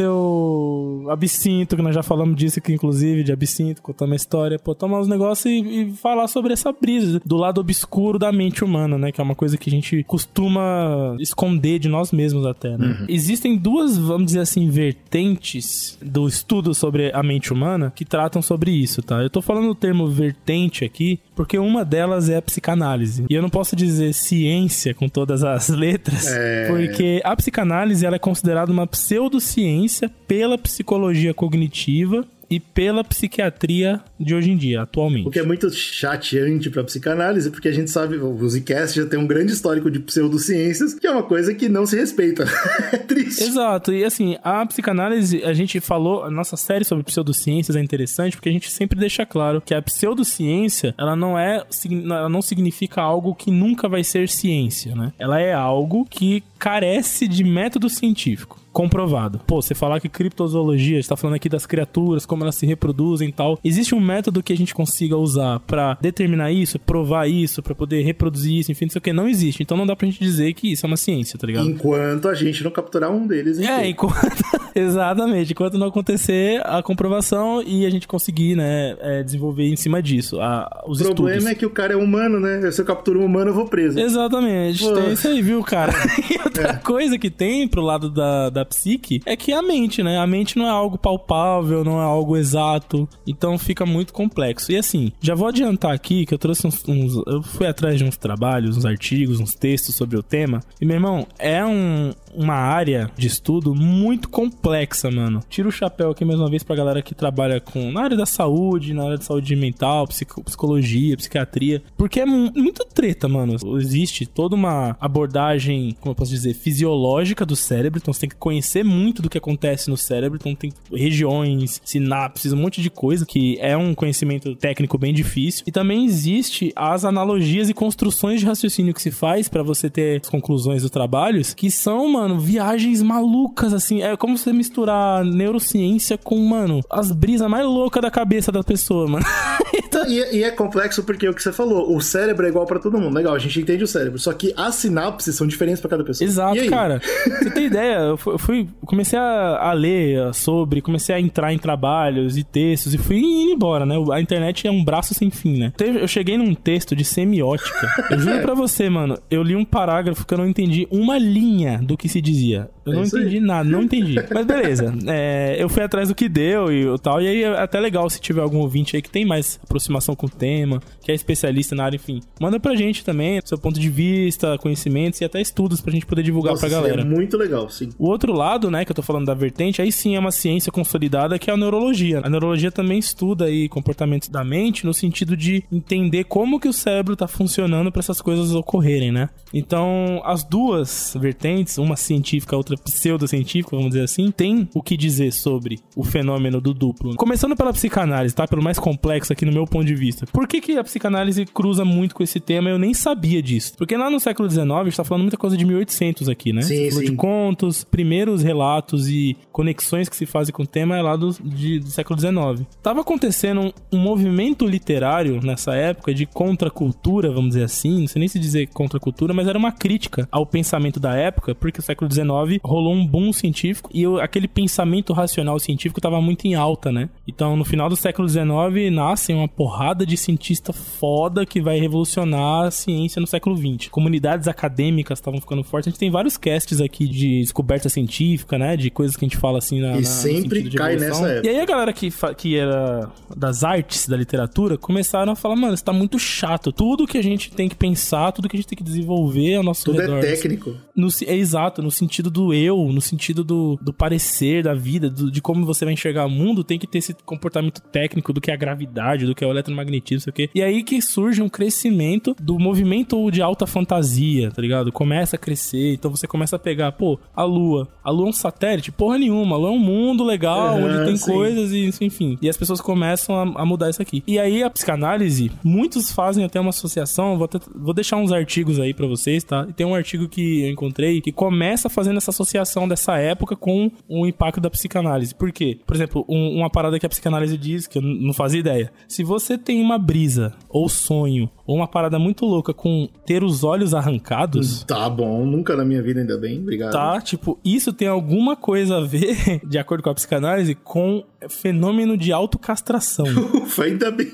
seu absinto, que nós já falamos disso aqui, inclusive, de absinto, contando uma história, pô, tomar os negócios e, e falar sobre essa brisa do lado obscuro da mente humana, né? Que é uma coisa que a gente costuma esconder de nós mesmos até, né? Uhum. Existem duas, vamos dizer assim, vertentes do estudo sobre a mente humana que tratam sobre isso, tá? Eu tô falando o termo vertente aqui porque uma delas é a psicanálise. E eu não posso dizer ciência com todas as letras, é... porque a psicanálise ela é considerada uma pseudociência pela psicologia cognitiva e pela psiquiatria de hoje em dia, atualmente. O que é muito chateante pra psicanálise, porque a gente sabe, o Zcast já tem um grande histórico de pseudociências, que é uma coisa que não se respeita. É triste. Exato, e assim, a psicanálise, a gente falou, a nossa série sobre pseudociências é interessante, porque a gente sempre deixa claro que a pseudociência, ela não é, ela não significa algo que nunca vai ser ciência, né? Ela é algo que carece de método científico comprovado. Pô, você falar que criptozoologia, a gente tá falando aqui das criaturas, como elas se reproduzem e tal. Existe um método que a gente consiga usar pra determinar isso, provar isso, pra poder reproduzir isso, enfim, não sei o que, não existe. Então não dá pra gente dizer que isso é uma ciência, tá ligado? Enquanto a gente não capturar um deles. É, tempo. enquanto... Exatamente. Enquanto não acontecer a comprovação e a gente conseguir, né, é, desenvolver em cima disso a, os estudos. O problema é que o cara é humano, né? Se eu capturo um humano, eu vou preso. Exatamente. Pô. Tem isso aí, viu, cara? E outra é. coisa que tem pro lado da, da psique é que a mente, né? A mente não é algo palpável, não é algo exato, então fica muito complexo. E assim, já vou adiantar aqui que eu trouxe uns, uns eu fui atrás de uns trabalhos, uns artigos, uns textos sobre o tema, e meu irmão, é um, uma área de estudo muito complexa, mano. Tiro o chapéu aqui mais uma vez pra galera que trabalha com na área da saúde, na área de saúde mental, psico, psicologia, psiquiatria, porque é muito treta, mano. Existe toda uma abordagem, como eu posso dizer, fisiológica do cérebro, então você tem que conhecer muito do que acontece no cérebro, então tem regiões, sinapses, um monte de coisa, que é um conhecimento técnico bem difícil. E também existe as analogias e construções de raciocínio que se faz pra você ter as conclusões dos trabalhos, que são, mano, viagens malucas, assim, é como você misturar neurociência com, mano, as brisas mais loucas da cabeça da pessoa, mano. Então... E, e é complexo porque é o que você falou, o cérebro é igual pra todo mundo, legal, a gente entende o cérebro, só que as sinapses são diferentes pra cada pessoa. Exato, cara. Você tem ideia, eu fui, eu fui comecei a, a ler sobre, comecei a entrar em trabalhos e textos e fui indo embora, né? A internet é um braço sem fim, né? Eu cheguei num texto de semiótica, eu juro pra você, mano, eu li um parágrafo que eu não entendi uma linha do que se dizia. Eu não entendi nada, não entendi. Mas beleza, é, eu fui atrás do que deu e tal, e aí é até legal se tiver algum ouvinte aí que tem mais aproximação com o tema, que é especialista na área, enfim. Manda pra gente também seu ponto de vista, conhecimentos e até estudos pra gente poder divulgar Nossa, pra galera. É muito legal, sim. O outro lado, né, que eu tô falando da vertente, aí sim é uma ciência consolidada, que é a neurologia. A neurologia também estuda aí comportamentos da mente no sentido de entender como que o cérebro tá funcionando pra essas coisas ocorrerem, né? Então, as duas vertentes, uma científica, outra pseudocientífica, vamos dizer assim, tem o que dizer sobre o fenômeno do duplo. Começando pela psicanálise, tá? Pelo mais complexo aqui no meu ponto de vista. Por que que a psicanálise cruza muito com esse tema? Eu nem sabia disso. Porque lá no século dezenove, a gente tá falando muita coisa de mil e oitocentos aqui, né? Sim, sim. De contos, primeiros relatos e conexões que se fazem com o tema é lá do, de, do século dezenove. Tava acontecendo um, um movimento literário nessa época de contracultura, vamos dizer assim, não sei nem se dizer contracultura, mas era uma crítica ao pensamento da época, porque o século dezenove rolou um boom científico e eu, aquele pensamento racional científico tava muito em alta, né? Então, no final do século dezenove, nasce uma porrada de cientista foda que vai revolucionar a ciência no século vinte. Comunidades acadêmicas estavam ficando fortes. A gente tem vários casts aqui de descoberta científica, né? De coisas que a gente fala assim na, e na, sempre cai nessa época. E aí a galera que, que era das artes, da literatura, começaram a falar, mano, isso tá muito chato. Tudo que a gente tem que pensar, tudo que a gente tem que desenvolver ao nosso tudo redor. Tudo é técnico. No, é exato, no sentido do eu, no sentido do, do parecer, da vida, do, de como você vai enxergar o mundo, tem que ter esse comportamento técnico do que é a gravidade, do que é o eletromagnetismo, sei o quê. E aí que surge um crescimento do movimento de alta fantasia, tá ligado? Começa a crescer, então você começa a pegar, pô, a Lua. A Lua é um satélite? Porra nenhuma. A Lua é um mundo legal, uhum, onde tem sim. coisas e enfim. E as pessoas começam a, a mudar isso aqui. E aí a psicanálise, muitos fazem até uma associação, vou, até, vou deixar uns artigos aí pra vocês, tá? E tem um artigo que eu encontrei que começa fazendo essa associação dessa época com o impacto da psicanálise. Por quê? Por exemplo, um, uma parada que a psicanálise diz, que eu não fazia ideia. Se você tem uma brisa, ou sonho, ou uma parada muito louca com ter os olhos arrancados... Tá bom, nunca na minha vida, ainda bem, obrigado. Tá, tipo, isso tem alguma coisa a ver, de acordo com a psicanálise, com fenômeno de autocastração. Ufa, ainda bem.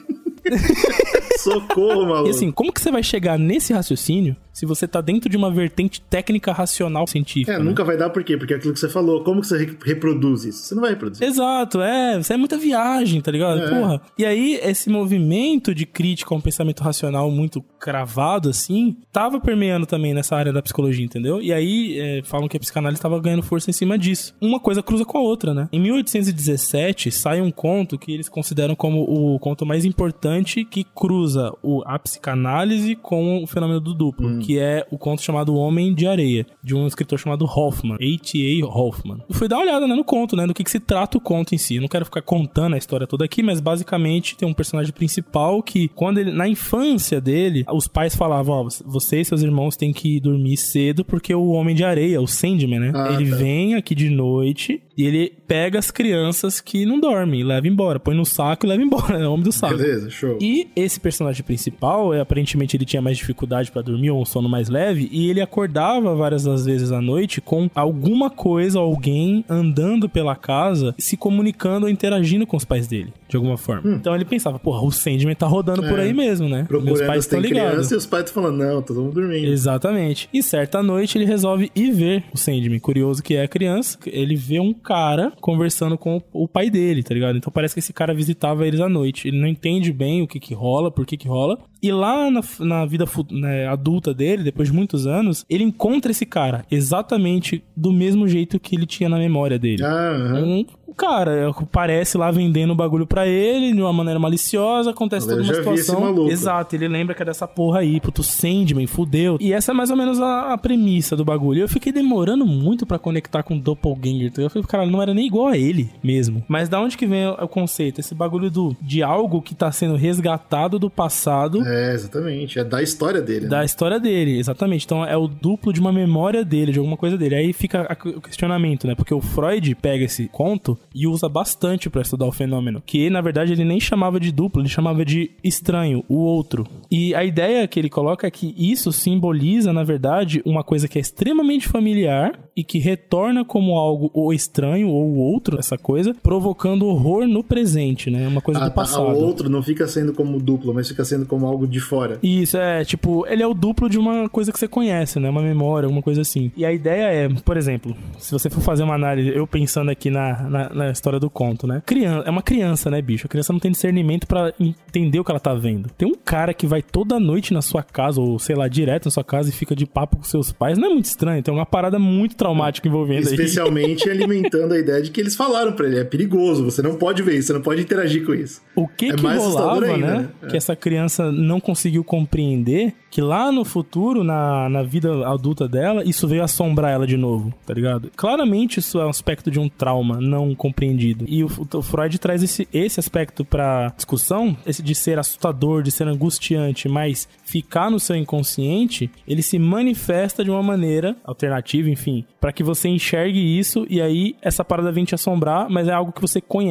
Socorro, maluco. E assim, como que você vai chegar nesse raciocínio se você tá dentro de uma vertente técnica racional científica? É, né? nunca vai dar por quê? Porque é aquilo que você falou, como que você re- reproduz isso? Você não vai reproduzir. Exato, é, isso é muita viagem, tá ligado? É. Porra. E aí, esse movimento de crítica a um pensamento racional muito cravado, assim, tava permeando também nessa área da psicologia, entendeu? E aí, é, falam que a psicanálise tava ganhando força em cima disso. Uma coisa cruza com a outra, né? Em mil oitocentos e dezessete, sai um conto que eles consideram como o conto mais importante que cruza o, a psicanálise com o fenômeno do duplo, hum. que é o conto chamado O Homem de Areia, de um escritor chamado Hoffman, A T A Hoffman. Eu fui dar uma olhada, né, no conto, né, do que, que se trata o conto em si. Eu não quero ficar contando a história toda aqui, mas basicamente tem um personagem principal que, quando ele, na infância dele, os pais falavam, ó, oh, você e seus irmãos têm que dormir cedo porque o Homem de Areia, o Sandman, né, ah, ele tá. vem aqui de noite e ele pega as crianças que não dormem e leva embora, põe no saco e leva embora, é o homem do saco. Beleza, show. E esse personagem principal, é, aparentemente ele tinha mais dificuldade pra dormir ou um sono mais leve, e ele acordava várias das vezes à noite com alguma coisa, alguém andando pela casa, se comunicando ou interagindo com os pais dele, de alguma forma. Hum. Então ele pensava, porra, o Sandman tá rodando é. por aí mesmo, né? Procurando, meus pais estão ligados. E os pais estão falando, não, todo mundo dormindo. Exatamente. E certa noite ele resolve ir ver o Sandman. Curioso que é a criança, ele vê um cara conversando com o pai dele, tá ligado? Então parece que esse cara visitava eles à noite. Ele não entende bem o que que rola, por que que rola. E lá na, na vida né, adulta dele, depois de muitos anos, ele encontra esse cara exatamente do mesmo jeito que ele tinha na memória dele. Ah, uhum. Um o cara aparece lá vendendo o bagulho pra ele de uma maneira maliciosa, acontece toda uma situação. Exato, ele lembra que é dessa porra aí, puto Sandman, fudeu. E essa é mais ou menos a, a premissa do bagulho. Eu fiquei demorando muito pra conectar com o Doppelganger. Eu falei, cara, não era nem igual a ele mesmo. Mas da onde que vem o conceito? Esse bagulho do, de algo que tá sendo resgatado do passado. É, exatamente. É da história dele. Da né? história dele, exatamente. Então é o duplo de uma memória dele, de alguma coisa dele. Aí fica o questionamento, né? Porque o Freud pega esse conto e usa bastante pra estudar o fenômeno, que na verdade ele nem chamava de duplo, ele chamava de estranho, o outro. E a ideia que ele coloca é que isso simboliza, na verdade, uma coisa que é extremamente familiar e que retorna como algo ou estranho ou outro, essa coisa, provocando horror no presente, né? Uma coisa ah, do passado. O outro não fica sendo como duplo, mas fica sendo como algo de fora. Isso, é, tipo, ele é o duplo de uma coisa que você conhece, né? Uma memória, alguma coisa assim. E a ideia é, por exemplo, se você for fazer uma análise, eu pensando aqui na, na, na história do conto, né? Criança, é uma criança, né, bicho? A criança não tem discernimento pra entender o que ela tá vendo. Tem um cara que vai toda noite na sua casa, ou sei lá, direto na sua casa e fica de papo com seus pais. Não é muito estranho, tem uma parada muito traumática envolvendo aí. Especialmente alimentando a ideia de que eles falaram pra ele, é perigoso, você não pode ver isso, você não pode interagir com isso. O que é que mais rolava, ainda, né? né? É. Que essa criança não conseguiu compreender que lá no futuro, na, na vida adulta dela, isso veio assombrar ela de novo, tá ligado? Claramente isso é um aspecto de um trauma não compreendido. E o, o Freud traz esse, esse aspecto pra discussão, esse de ser assustador, de ser angustiante, mas ficar no seu inconsciente, ele se manifesta de uma maneira alternativa, enfim, pra que você enxergue isso e aí essa parada vem te assombrar, mas é algo que você conhece.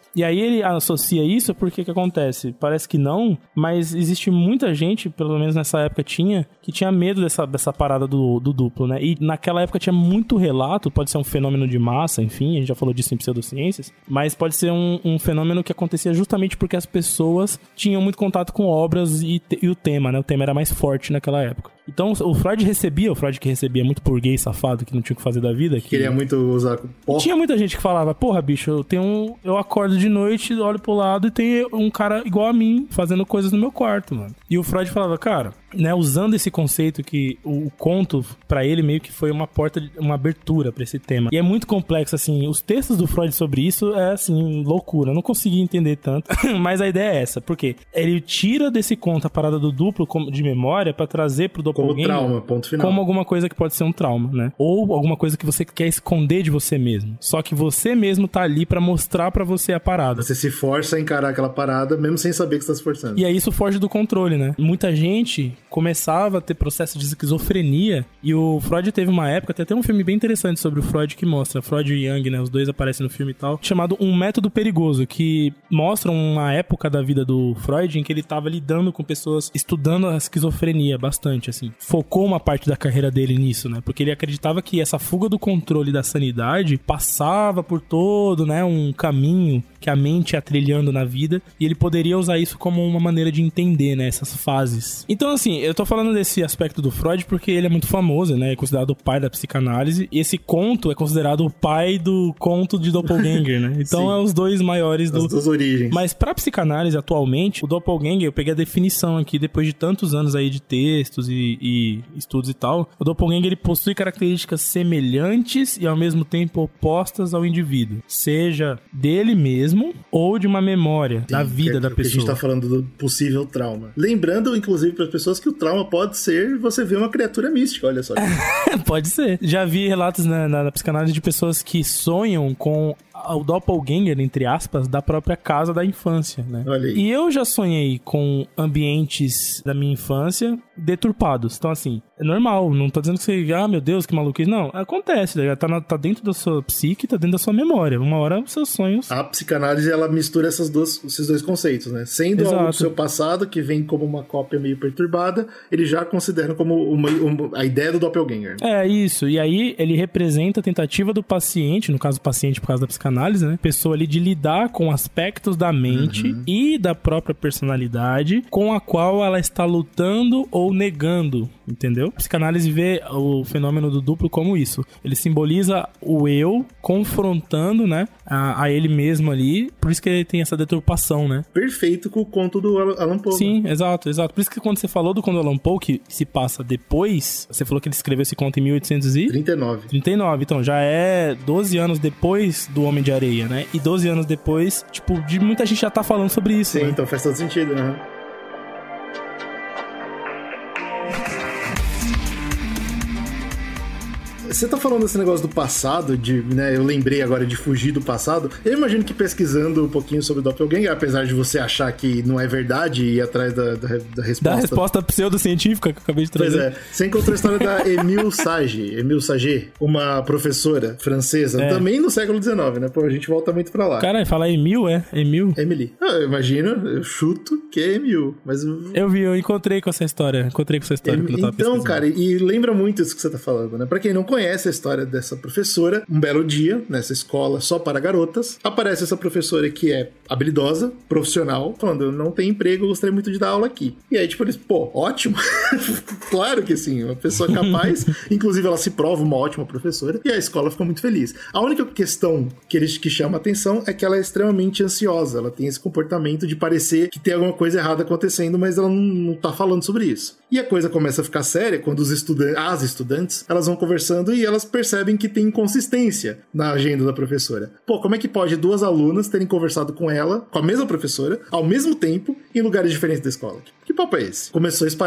E aí ele associa isso porque que acontece? Parece que não, mas existe muita gente, pelo menos nessa época tinha, que tinha medo dessa, dessa parada do, do duplo, né? E naquela época tinha muito relato, pode ser um fenômeno de massa, enfim, a gente já falou disso em pseudociências, mas pode ser um, um fenômeno que acontecia justamente porque as pessoas tinham muito contato com obras e, e o tema, né? O tema era mais forte naquela época. Então o Freud recebia, o Freud que recebia muito burguês safado, que não tinha o que fazer da vida. Que queria muito usar porra. Tinha muita gente que falava, porra, bicho, eu tenho um, eu acordo de noite, olho pro lado e tem um cara igual a mim fazendo coisas no meu quarto, mano. E o Freud falava, cara, né, usando esse conceito que o, o conto, pra ele, meio que foi uma porta, uma abertura pra esse tema. E é muito complexo, assim, os textos do Freud sobre isso é, assim, loucura. Eu não consegui entender tanto, mas a ideia é essa. Por quê? Ele tira desse conto a parada do duplo de memória pra trazer pro doppelganger como trauma, ponto final. Como alguma coisa que pode ser um trauma, né? Ou alguma coisa que você quer esconder de você mesmo. Só que você mesmo tá ali pra mostrar pra você a parada. Você se força a encarar aquela parada, mesmo sem saber que você tá se forçando. E aí isso foge do controle, né? Muita gente começava a ter processo de esquizofrenia, e o Freud teve uma época, tem até um filme bem interessante sobre o Freud que mostra, Freud e Jung, né? Os dois aparecem no filme e tal, chamado Um Método Perigoso, que mostra uma época da vida do Freud em que ele tava lidando com pessoas, estudando a esquizofrenia bastante, assim. Focou uma parte da carreira dele nisso, né? Porque ele acreditava que essa fuga do controle da sanidade passava por todo, né, um caminho que a mente ia trilhando na vida, e ele poderia usar isso como uma maneira de entender, né, essas fases. Então, assim, eu tô falando desse aspecto do Freud porque ele é muito famoso, né, é considerado o pai da psicanálise, e esse conto é considerado o pai do conto de Doppelganger, né? Então é os dois maiores do... As duas origens. Mas pra psicanálise, atualmente, o Doppelganger, eu peguei a definição aqui, depois de tantos anos aí de textos e, e estudos e tal, o Doppelganger, ele possui características semelhantes e ao mesmo tempo opostas ao indivíduo, seja dele mesmo ou de uma memória Sim, da vida que, da que pessoa. A gente tá falando do possível trauma. Lembrando, inclusive, para as pessoas que o trauma pode ser você ver uma criatura mística, olha só. Pode ser. Já vi relatos na, na, na psicanálise de pessoas que sonham com o doppelganger, entre aspas, da própria casa da infância, né? Olha aí. E eu já sonhei com ambientes da minha infância deturpados. Então, assim, é normal. Não tô dizendo que você, ah, meu Deus, que maluquice. Não, acontece, né? tá, na, tá dentro da sua psique, tá dentro da sua memória. Uma hora, os seus sonhos... A psicanálise, ela mistura essas duas, esses dois conceitos, né? Sendo Exato. algo do seu passado, que vem como uma cópia meio perturbada, eles já consideram como uma, uma, a ideia do doppelganger. É, isso. E aí, ele representa a tentativa do paciente, no caso do paciente por causa da psicanálise, né? Pessoa ali de lidar com aspectos da mente uhum. e da própria personalidade com a qual ela está lutando ou negando, entendeu? A psicanálise vê o fenômeno do duplo como isso. Ele simboliza o eu confrontando, né, a, a ele mesmo ali, por isso que ele tem essa deturpação, né? Perfeito com o conto do Allan Poe. Sim, né? exato, exato. Por isso que quando você falou do conto do Allan Poe, que se passa depois, você falou que ele escreveu esse conto em mil oitocentos e trinta e nove. trinta e nove, então já é doze anos depois do Homem de Areia, né? E doze anos depois, tipo, de muita gente já tá falando sobre isso. Sim, né? Então faz todo sentido, né? Você tá falando desse negócio do passado, de, né, eu lembrei agora de fugir do passado. Eu imagino que pesquisando um pouquinho sobre o Doppelganger, apesar de você achar que não é verdade e ir atrás da, da, da resposta... Da resposta pseudocientífica que eu acabei de trazer. Pois é. Você encontrou a história da Émile Sage, Émile Sage, uma professora francesa, é. também no século dezenove, né? Pô, a gente volta muito pra lá. Cara, falar Émile, é? Émile? Emily. Ah, eu imagino, eu chuto que é Émile, mas... Eu vi, eu encontrei com essa história, encontrei com essa história. Em, então, cara, e lembra muito isso que você tá falando, né? Pra quem não conhece, Conhece a história dessa professora. Um belo dia, nessa escola só para garotas, aparece essa professora que é habilidosa, profissional, falando, eu não tenho emprego, eu gostaria muito de dar aula aqui. E aí, tipo, eles, pô, ótimo. Claro que sim, uma pessoa capaz. Inclusive, ela se prova uma ótima professora. E a escola ficou muito feliz. A única questão que, eles, que chama a atenção é que ela é extremamente ansiosa. Ela tem esse comportamento de parecer que tem alguma coisa errada acontecendo, mas ela não, não tá falando sobre isso. E a coisa começa a ficar séria quando os estudantes, as estudantes, elas vão conversando e elas percebem que tem inconsistência na agenda da professora. Pô, como é que pode duas alunas terem conversado com ela, com a mesma professora, ao mesmo tempo, em lugares diferentes da escola? Que papo é esse? Começou a espalhar o relato.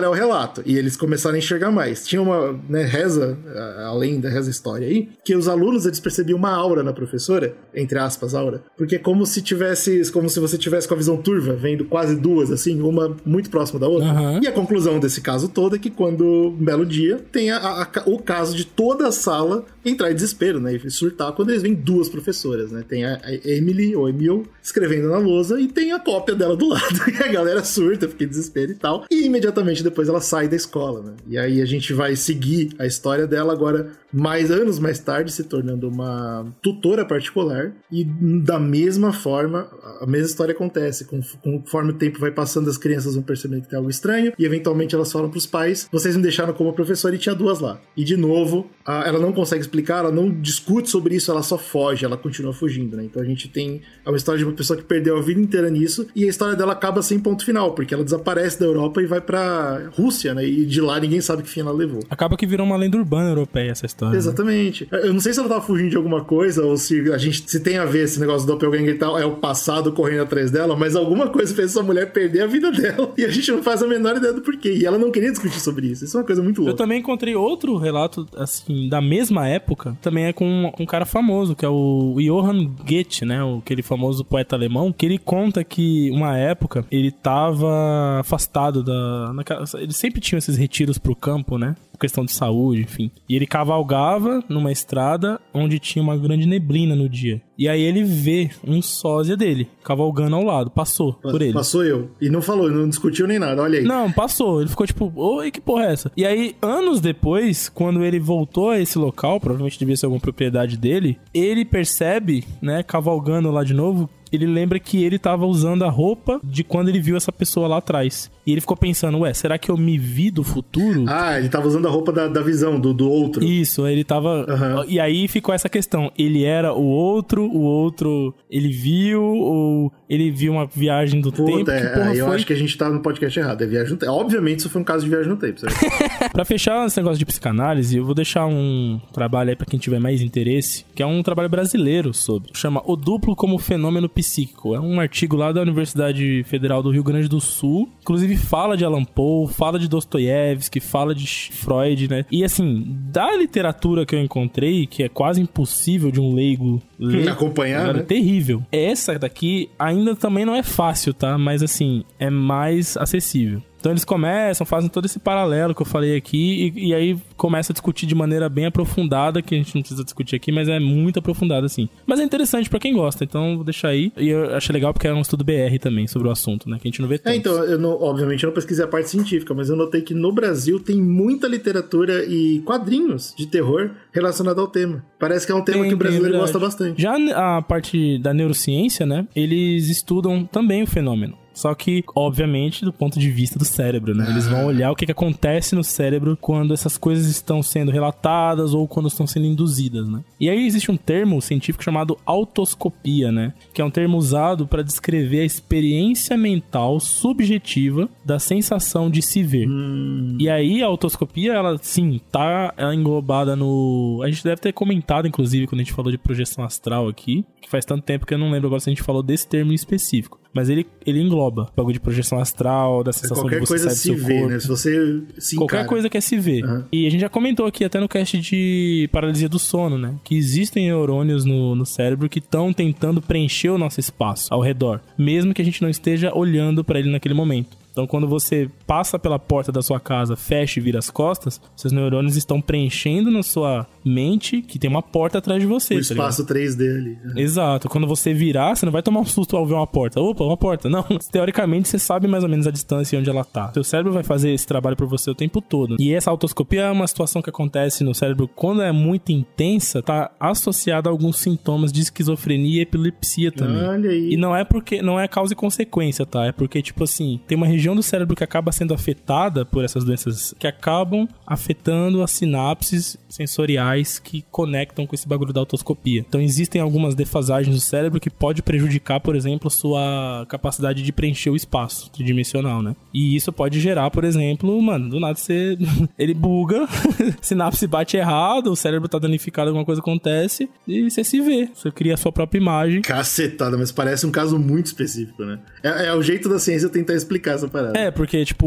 fato. E eles começaram a enxergar mais. Tinha uma, né, reza, além da reza história aí, que os alunos, eles percebiam uma aura na professora, entre aspas, aura, porque é como se tivesse, como se você tivesse com a visão turva, vendo quase duas, assim, uma muito próxima da outra. Uhum. E a conclusão desse caso todo é que quando, um belo dia, tem a, a, o caso de toda a sala entrar em desespero, né, e surtar quando eles veem duas professoras, né, tem a, a Emily, ou Emil, escrevendo na lousa, e tem a cópia dela do lado, e a galera surta, fica em desespero e tal, e imediatamente depois ela sai da escola, né, e aí a gente vai seguir a história dela agora, mais anos mais tarde, se tornando uma tutora particular, e da mesma forma, a mesma história acontece, conforme o tempo vai passando, as crianças vão percebendo que tem algo estranho, e eventualmente elas falam pros pais, vocês me deixaram como professora, e tinha duas lá, e de novo, a, ela não consegue explicar, ela não discute sobre isso, ela só foge, ela continua fugindo, né, então a gente tem uma história de uma pessoa que perdeu a vida inteira nisso, e a história dela acaba sem ponto final, porque ela desaparece da Europa e vai pra Rússia, né, e de lá ninguém sabe que fim ela levou. Acaba que virou uma lenda urbana europeia essa história. Exatamente. Né? Eu não sei se ela tava fugindo de alguma coisa, ou se a gente se tem a ver esse negócio do doppelganger e tal, é o passado correndo atrás dela, mas alguma coisa fez essa mulher perder a vida dela, e a gente não faz a menor ideia do porquê, e ela não queria discutir sobre isso. Isso é uma coisa muito louca. Eu também encontrei outro relato, assim, da mesma época, também é com um, um cara famoso, que é o Johann Goethe, né, o, aquele famoso poeta alemão, que ele conta que uma época ele tava afastado da... Naquela, ele sempre tinha esses retiros pro campo, né, questão de saúde, enfim. E ele cavalgava numa estrada onde tinha uma grande neblina no dia. E aí ele vê um sósia dele cavalgando ao lado. Passou por ele. Passou eu. E não falou, não discutiu nem nada, olha aí. Não, passou. Ele ficou tipo, oi, que porra é essa? E aí, anos depois, quando ele voltou a esse local, provavelmente devia ser alguma propriedade dele, ele percebe, né, cavalgando lá de novo, ele lembra que ele tava usando a roupa de quando ele viu essa pessoa lá atrás. E ele ficou pensando, ué, será que eu me vi do futuro? Ah, ele tava usando a roupa da, da visão, do, do outro. Isso, ele tava... Uhum. E aí ficou essa questão, ele era o outro, o outro ele viu, ou ele viu uma viagem do Puta, tempo? É, que porra eu foi? acho que a gente tá no podcast errado, é viagem no tempo. Obviamente isso foi um caso de viagem no tempo. Pra fechar esse negócio de psicanálise, eu vou deixar um trabalho aí pra quem tiver mais interesse, que é um trabalho brasileiro sobre, chama O Duplo como Fenômeno Psíquico. É um artigo lá da Universidade Federal do Rio Grande do Sul, inclusive fala de Allan Poe, fala de Dostoiévski, fala de Freud, né? E assim, da literatura que eu encontrei, que é quase impossível de um leigo ler, acompanhar, cara, né? É terrível. Essa daqui ainda também não é fácil, tá? Mas assim, é mais acessível. Então eles começam, fazem todo esse paralelo que eu falei aqui e, e aí começa a discutir de maneira bem aprofundada, que a gente não precisa discutir aqui, mas é muito aprofundada, assim. Mas é interessante pra quem gosta, então vou deixar aí. E eu achei legal porque é um estudo B R também sobre o assunto, né? Que a gente não vê tanto. É, então, eu não, obviamente eu não pesquisei a parte científica, mas eu notei que no Brasil tem muita literatura e quadrinhos de terror relacionado ao tema. Parece que é um tema tem, que o brasileiro gosta bastante. Já a parte da neurociência, né? Eles estudam também o fenômeno. Só que, obviamente, do ponto de vista do cérebro, né? Eles vão olhar o que, que acontece no cérebro quando essas coisas estão sendo relatadas ou quando estão sendo induzidas, né? E aí existe um termo científico chamado autoscopia, né? Que é um termo usado para descrever a experiência mental subjetiva da sensação de se ver. Hum. E aí a autoscopia, ela, sim, tá englobada no... A gente deve ter comentado, inclusive, quando a gente falou de projeção astral aqui, que faz tanto tempo que eu não lembro agora se a gente falou desse termo em específico. Mas ele, ele engloba o bagulho de projeção astral, da sensação qualquer de você coisa sair do seu se vê, corpo. né? Se você se Qualquer encara. coisa que é se ver. Uhum. E a gente já comentou aqui até no cast de paralisia do sono, né? Que existem neurônios no, no cérebro que estão tentando preencher o nosso espaço ao redor, mesmo que a gente não esteja olhando para ele naquele momento. Então, quando você passa pela porta da sua casa, fecha e vira as costas, seus neurônios estão preenchendo na sua mente que tem uma porta atrás de você. O espaço tá três D ali. Exato. Quando você virar, você não vai tomar um susto ao ver uma porta. Opa, uma porta. Não. Teoricamente, você sabe mais ou menos a distância e onde ela tá. Seu cérebro vai fazer esse trabalho por você o tempo todo. E essa autoscopia é uma situação que acontece no cérebro quando é muito intensa, tá associada a alguns sintomas de esquizofrenia e epilepsia também. Olha aí. E não é porque não é causa e consequência, tá? É porque, tipo assim, tem uma região do cérebro que acaba sendo afetada por essas doenças que acabam afetando as sinapses sensoriais que conectam com esse bagulho da autoscopia. Então existem algumas defasagens do cérebro que pode prejudicar, por exemplo, a sua capacidade de preencher o espaço tridimensional, né? E isso pode gerar, por exemplo, mano, do nada você... ele buga, sinapse bate errado, o cérebro tá danificado, alguma coisa acontece e você se vê. Você cria a sua própria imagem. Cacetada, mas parece um caso muito específico, né? É, é o jeito da ciência tentar explicar essa parada. É, porque, tipo,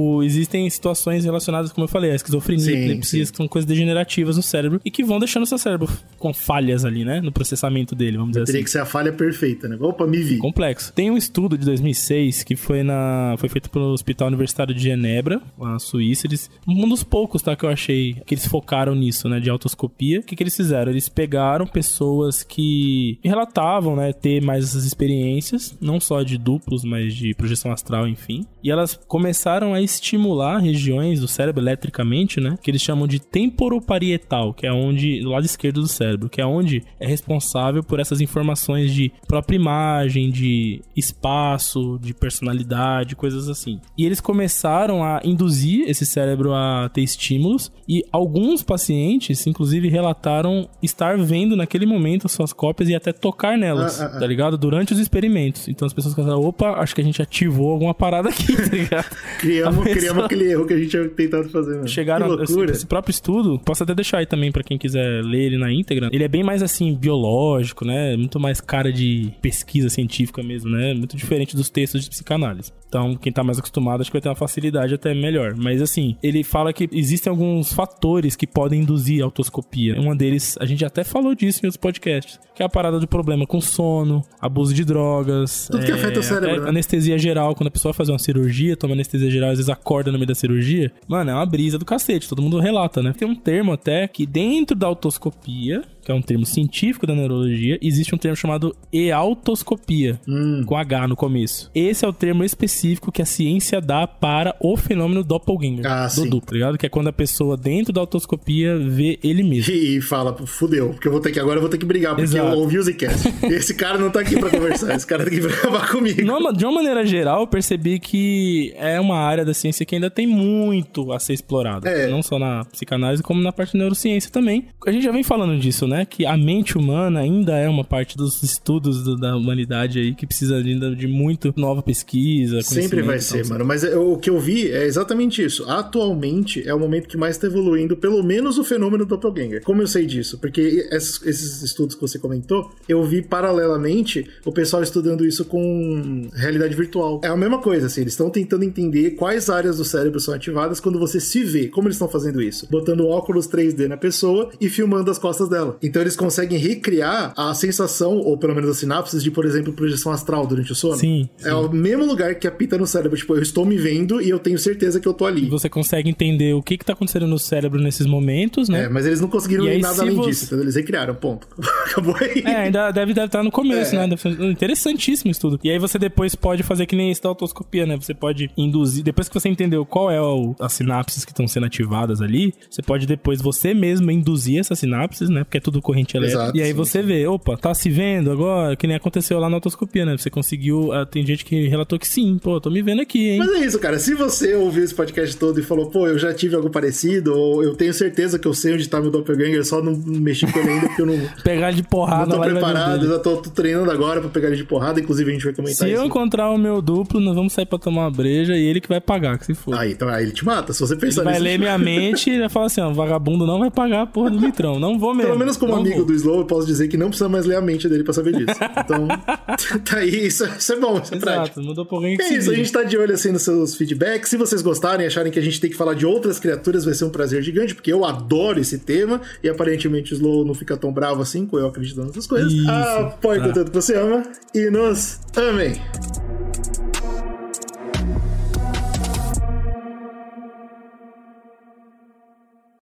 tipo, existem situações relacionadas, como eu falei, a esquizofrenia, Sim, epilepsia, sim. que são coisas degenerativas no cérebro e que vão deixando o seu cérebro com falhas ali, né? No processamento dele, vamos dizer Teria assim. que ser a falha perfeita, né? Opa, me vi. Complexo. Tem um estudo de dois mil e seis que foi, na, foi feito pelo Hospital Universitário de Genebra, lá na Suíça. Eles, um dos poucos, tá, que eu achei que eles focaram nisso, né, de autoscopia. O que, que eles fizeram? Eles pegaram pessoas que relatavam, né, ter mais essas experiências, não só de duplos, mas de projeção astral, enfim. E elas começaram a estimular regiões do cérebro eletricamente, né, que eles chamam de temporoparietal, que é onde, do lado esquerdo do cérebro, que é onde é responsável por essas informações de própria imagem, de espaço, de personalidade, coisas assim. E eles começaram a induzir esse cérebro a ter estímulos e alguns pacientes, inclusive, relataram estar vendo naquele momento as suas cópias e até tocar nelas, ah, ah, ah. tá ligado? Durante os experimentos. Então as pessoas pensaram, opa, acho que a gente ativou alguma parada aqui, tá ligado? criamos, pessoa... criamos aquele erro que a gente tinha tentado fazer, mano. Chegaram, esse, esse próprio estudo, posso até deixar aí também pra quem quiser ler ele na íntegra, ele é bem mais assim, biológico, né? Muito mais cara de pesquisa científica mesmo, né? Muito diferente dos textos de psicanálise. Então, quem tá mais acostumado, acho que vai ter uma facilidade até melhor. Mas assim, ele fala que existem alguns fatores que podem induzir a autoscopia. Um deles, a gente até falou disso em outros podcasts, que é a parada do problema com sono, abuso de drogas. Tudo é, que afeta o cérebro, né? Anestesia geral, quando a pessoa vai fazer uma cirurgia, toma anestesia geral, às vezes acorda no meio da cirurgia. Mano, é uma brisa do cacete, todo mundo relata, né? Tem um termo até que dentro da autoscopia, que é um termo científico da neurologia, existe um termo chamado eautoscopia, hum. com H no começo. Esse é o termo específico que a ciência dá para o fenômeno doppelganger, ah, do duplo, tá ligado? Que é quando a pessoa dentro da autoscopia vê ele mesmo. E, e fala, fudeu, porque eu vou ter que, agora eu vou ter que brigar, porque Exato. eu ouvi o Zcast. Esse cara não tá aqui pra conversar, esse cara tem que gravar comigo. Não, de uma maneira geral, eu percebi que é uma área da ciência que ainda tem muito a ser explorada. É. Não só na psicanálise, como na parte de neurociência também. A gente já vem falando disso, né? Que a mente humana ainda é uma parte dos estudos do, da humanidade aí que precisa ainda de muito nova pesquisa. Sempre vai ser, então, mano. Mas eu, o que eu vi é exatamente isso. Atualmente é o momento que mais tá evoluindo, pelo menos o fenômeno do doppelganger. Como eu sei disso? Porque esses, esses estudos que você comentou, eu vi paralelamente o pessoal estudando isso com realidade virtual. É a mesma coisa, assim. Eles estão tentando entender quais áreas do cérebro são ativadas quando você se vê. Como eles estão fazendo isso? Botando óculos três D na pessoa e filmando as costas dela. Então eles conseguem recriar a sensação, ou pelo menos as sinapses, de, por exemplo, projeção astral durante o sono. Sim, sim. É o mesmo lugar que apita no cérebro. Tipo, eu estou me vendo e eu tenho certeza que eu tô ali. E você consegue entender o que que tá acontecendo no cérebro nesses momentos, né? É, mas eles não conseguiram aí, nada além você... disso, entendeu? Eles recriaram, ponto. Acabou aí. É, ainda deve, deve estar no começo, é. né? Interessantíssimo isso tudo. E aí você depois pode fazer que nem esse da autoscopia, né? Você pode induzir, depois que você entendeu qual é o, as sinapses que estão sendo ativadas ali, você pode depois você mesmo induzir essas sinapses, né? Porque é tudo corrente elétrica. Exato, e aí sim, você sim. vê, opa, tá se vendo agora? Que nem aconteceu lá na autoscopia, né? Você conseguiu, uh, tem gente que relatou que sim, pô, tô me vendo aqui, hein? Mas é isso, cara. Se você ouviu esse podcast todo e falou, pô, eu já tive algo parecido, ou eu tenho certeza que eu sei onde tá meu doppelganger, só não mexi com ele ainda porque eu não... pegar ele de porrada. Não tô preparado, eu já tô, tô treinando agora pra pegar ele de porrada, inclusive a gente vai comentar se isso. Se eu encontrar o meu duplo, nós vamos sair pra tomar uma breja e ele que vai pagar, que se for. Ah, então aí ele te mata, se você pensar ele nisso. Vai ler minha mente e vai falar assim, ó, vagabundo não vai pagar a porra do litrão, não vou mesmo. Pelo menos como amigo vou. do Slow, eu posso dizer que não precisa mais ler a mente dele pra saber disso. Então, tá aí, isso, isso é bom, isso é prático. Exato, mudou por alguém que é isso, a gente tá de olho assim nos seus feedbacks. Se vocês gostarem, acharem que a gente tem que falar de outras criaturas, vai ser um prazer gigante, porque eu adoro esse tema e aparentemente o Slow não fica tão bravo assim, com eu acreditando nessas coisas. Apoie o conteúdo que você ama e nos amem!